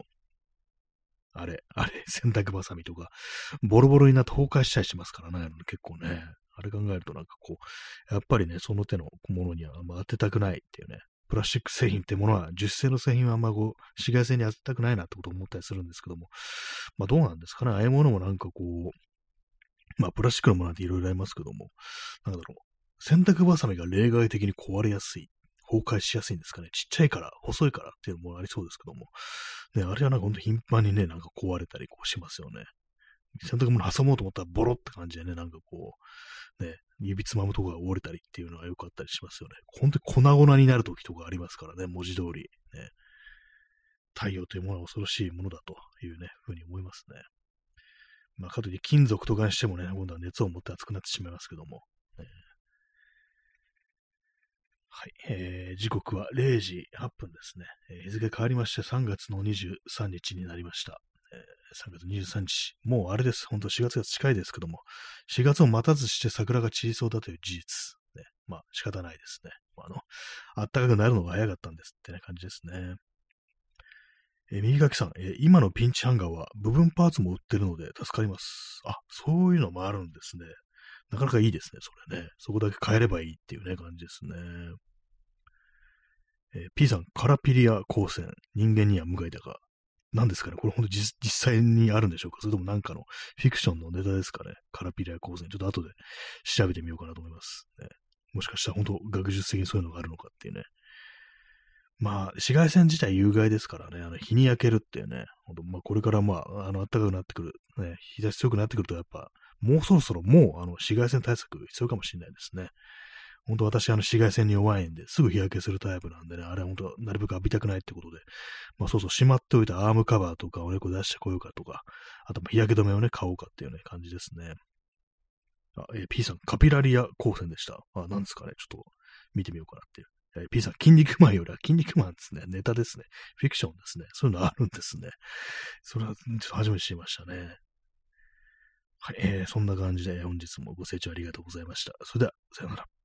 洗濯バサミとか、ボロボロになって崩壊したりしますからね。結構ね。あれ考えるとなんかこう、やっぱりね、その手のものにはあんま当てたくないっていうね。プラスチック製品ってものは、樹脂製の製品はあんまこう、紫外線に当てたくないなってことを思ったりするんですけども、まあどうなんですかね。ああいうものもなんかこう、まあプラスチックのものなんていろいろありますけども、なんだろう、洗濯バサミが例外的に壊れやすい、崩壊しやすいんですかね。ちっちゃいから、細いからっていうのもありそうですけども、ね、あれはなんかほんと頻繁にね、なんか壊れたりこうしますよね。洗濯物挟もうと思ったらボロって感じでね、なんかこう、ね、指つまむとこが折れたりっていうのがよくあったりしますよね。本当に粉々になる時とかありますからね、文字通り。ね、太陽というものは恐ろしいものだというね、ふうに思いますね。まあ、かといって金属とかにしてもね、今度は熱を持って熱くなってしまいますけども。はい、時刻は0時8分ですね。日付変わりまして3月の23日になりました。3月23日。もうあれです。本当4月が近いですけども、4月を待たずして桜が散りそうだという事実。ね、まあ仕方ないですね。暖かくなるのが早かったんですってね、感じですね。右書きさん、今のピンチハンガーは部分パーツも売ってるので助かります。あ、そういうのもあるんですね。なかなかいいですね、それね。そこだけ変えればいいっていうね、感じですね。P さん、カラピリア光線、人間には無害だが、何ですかねこれ本当実際にあるんでしょうかそれともなんかのフィクションのネタですかねカラピリア光線。ちょっと後で調べてみようかなと思います。ね、もしかしたら本当学術的にそういうのがあるのかっていうね。まあ、紫外線自体有害ですからね、日に焼けるっていうね、本当まあ、これからまあ、暖かくなってくる、ね、日差し強くなってくると、やっぱ、もうそろそろもう、紫外線対策必要かもしれないですね。本当私、紫外線に弱いんで、すぐ日焼けするタイプなんでね、あれは本当、なるべく浴びたくないってことで、まあそうそう、しまっておいたアームカバーとかをね、こう出してこようかとか、あと日焼け止めをね、買おうかっていうね、感じですね。P さん、カピラリア光線でした。なんですかね、ちょっと見てみようかなっていう。P さん、筋肉マンよりは筋肉マンですね。ネタですね。フィクションですね。そういうのあるんですね。それはちょっと初めて知りましたね。はい、そんな感じで本日もご清聴ありがとうございました。それでは、さようなら。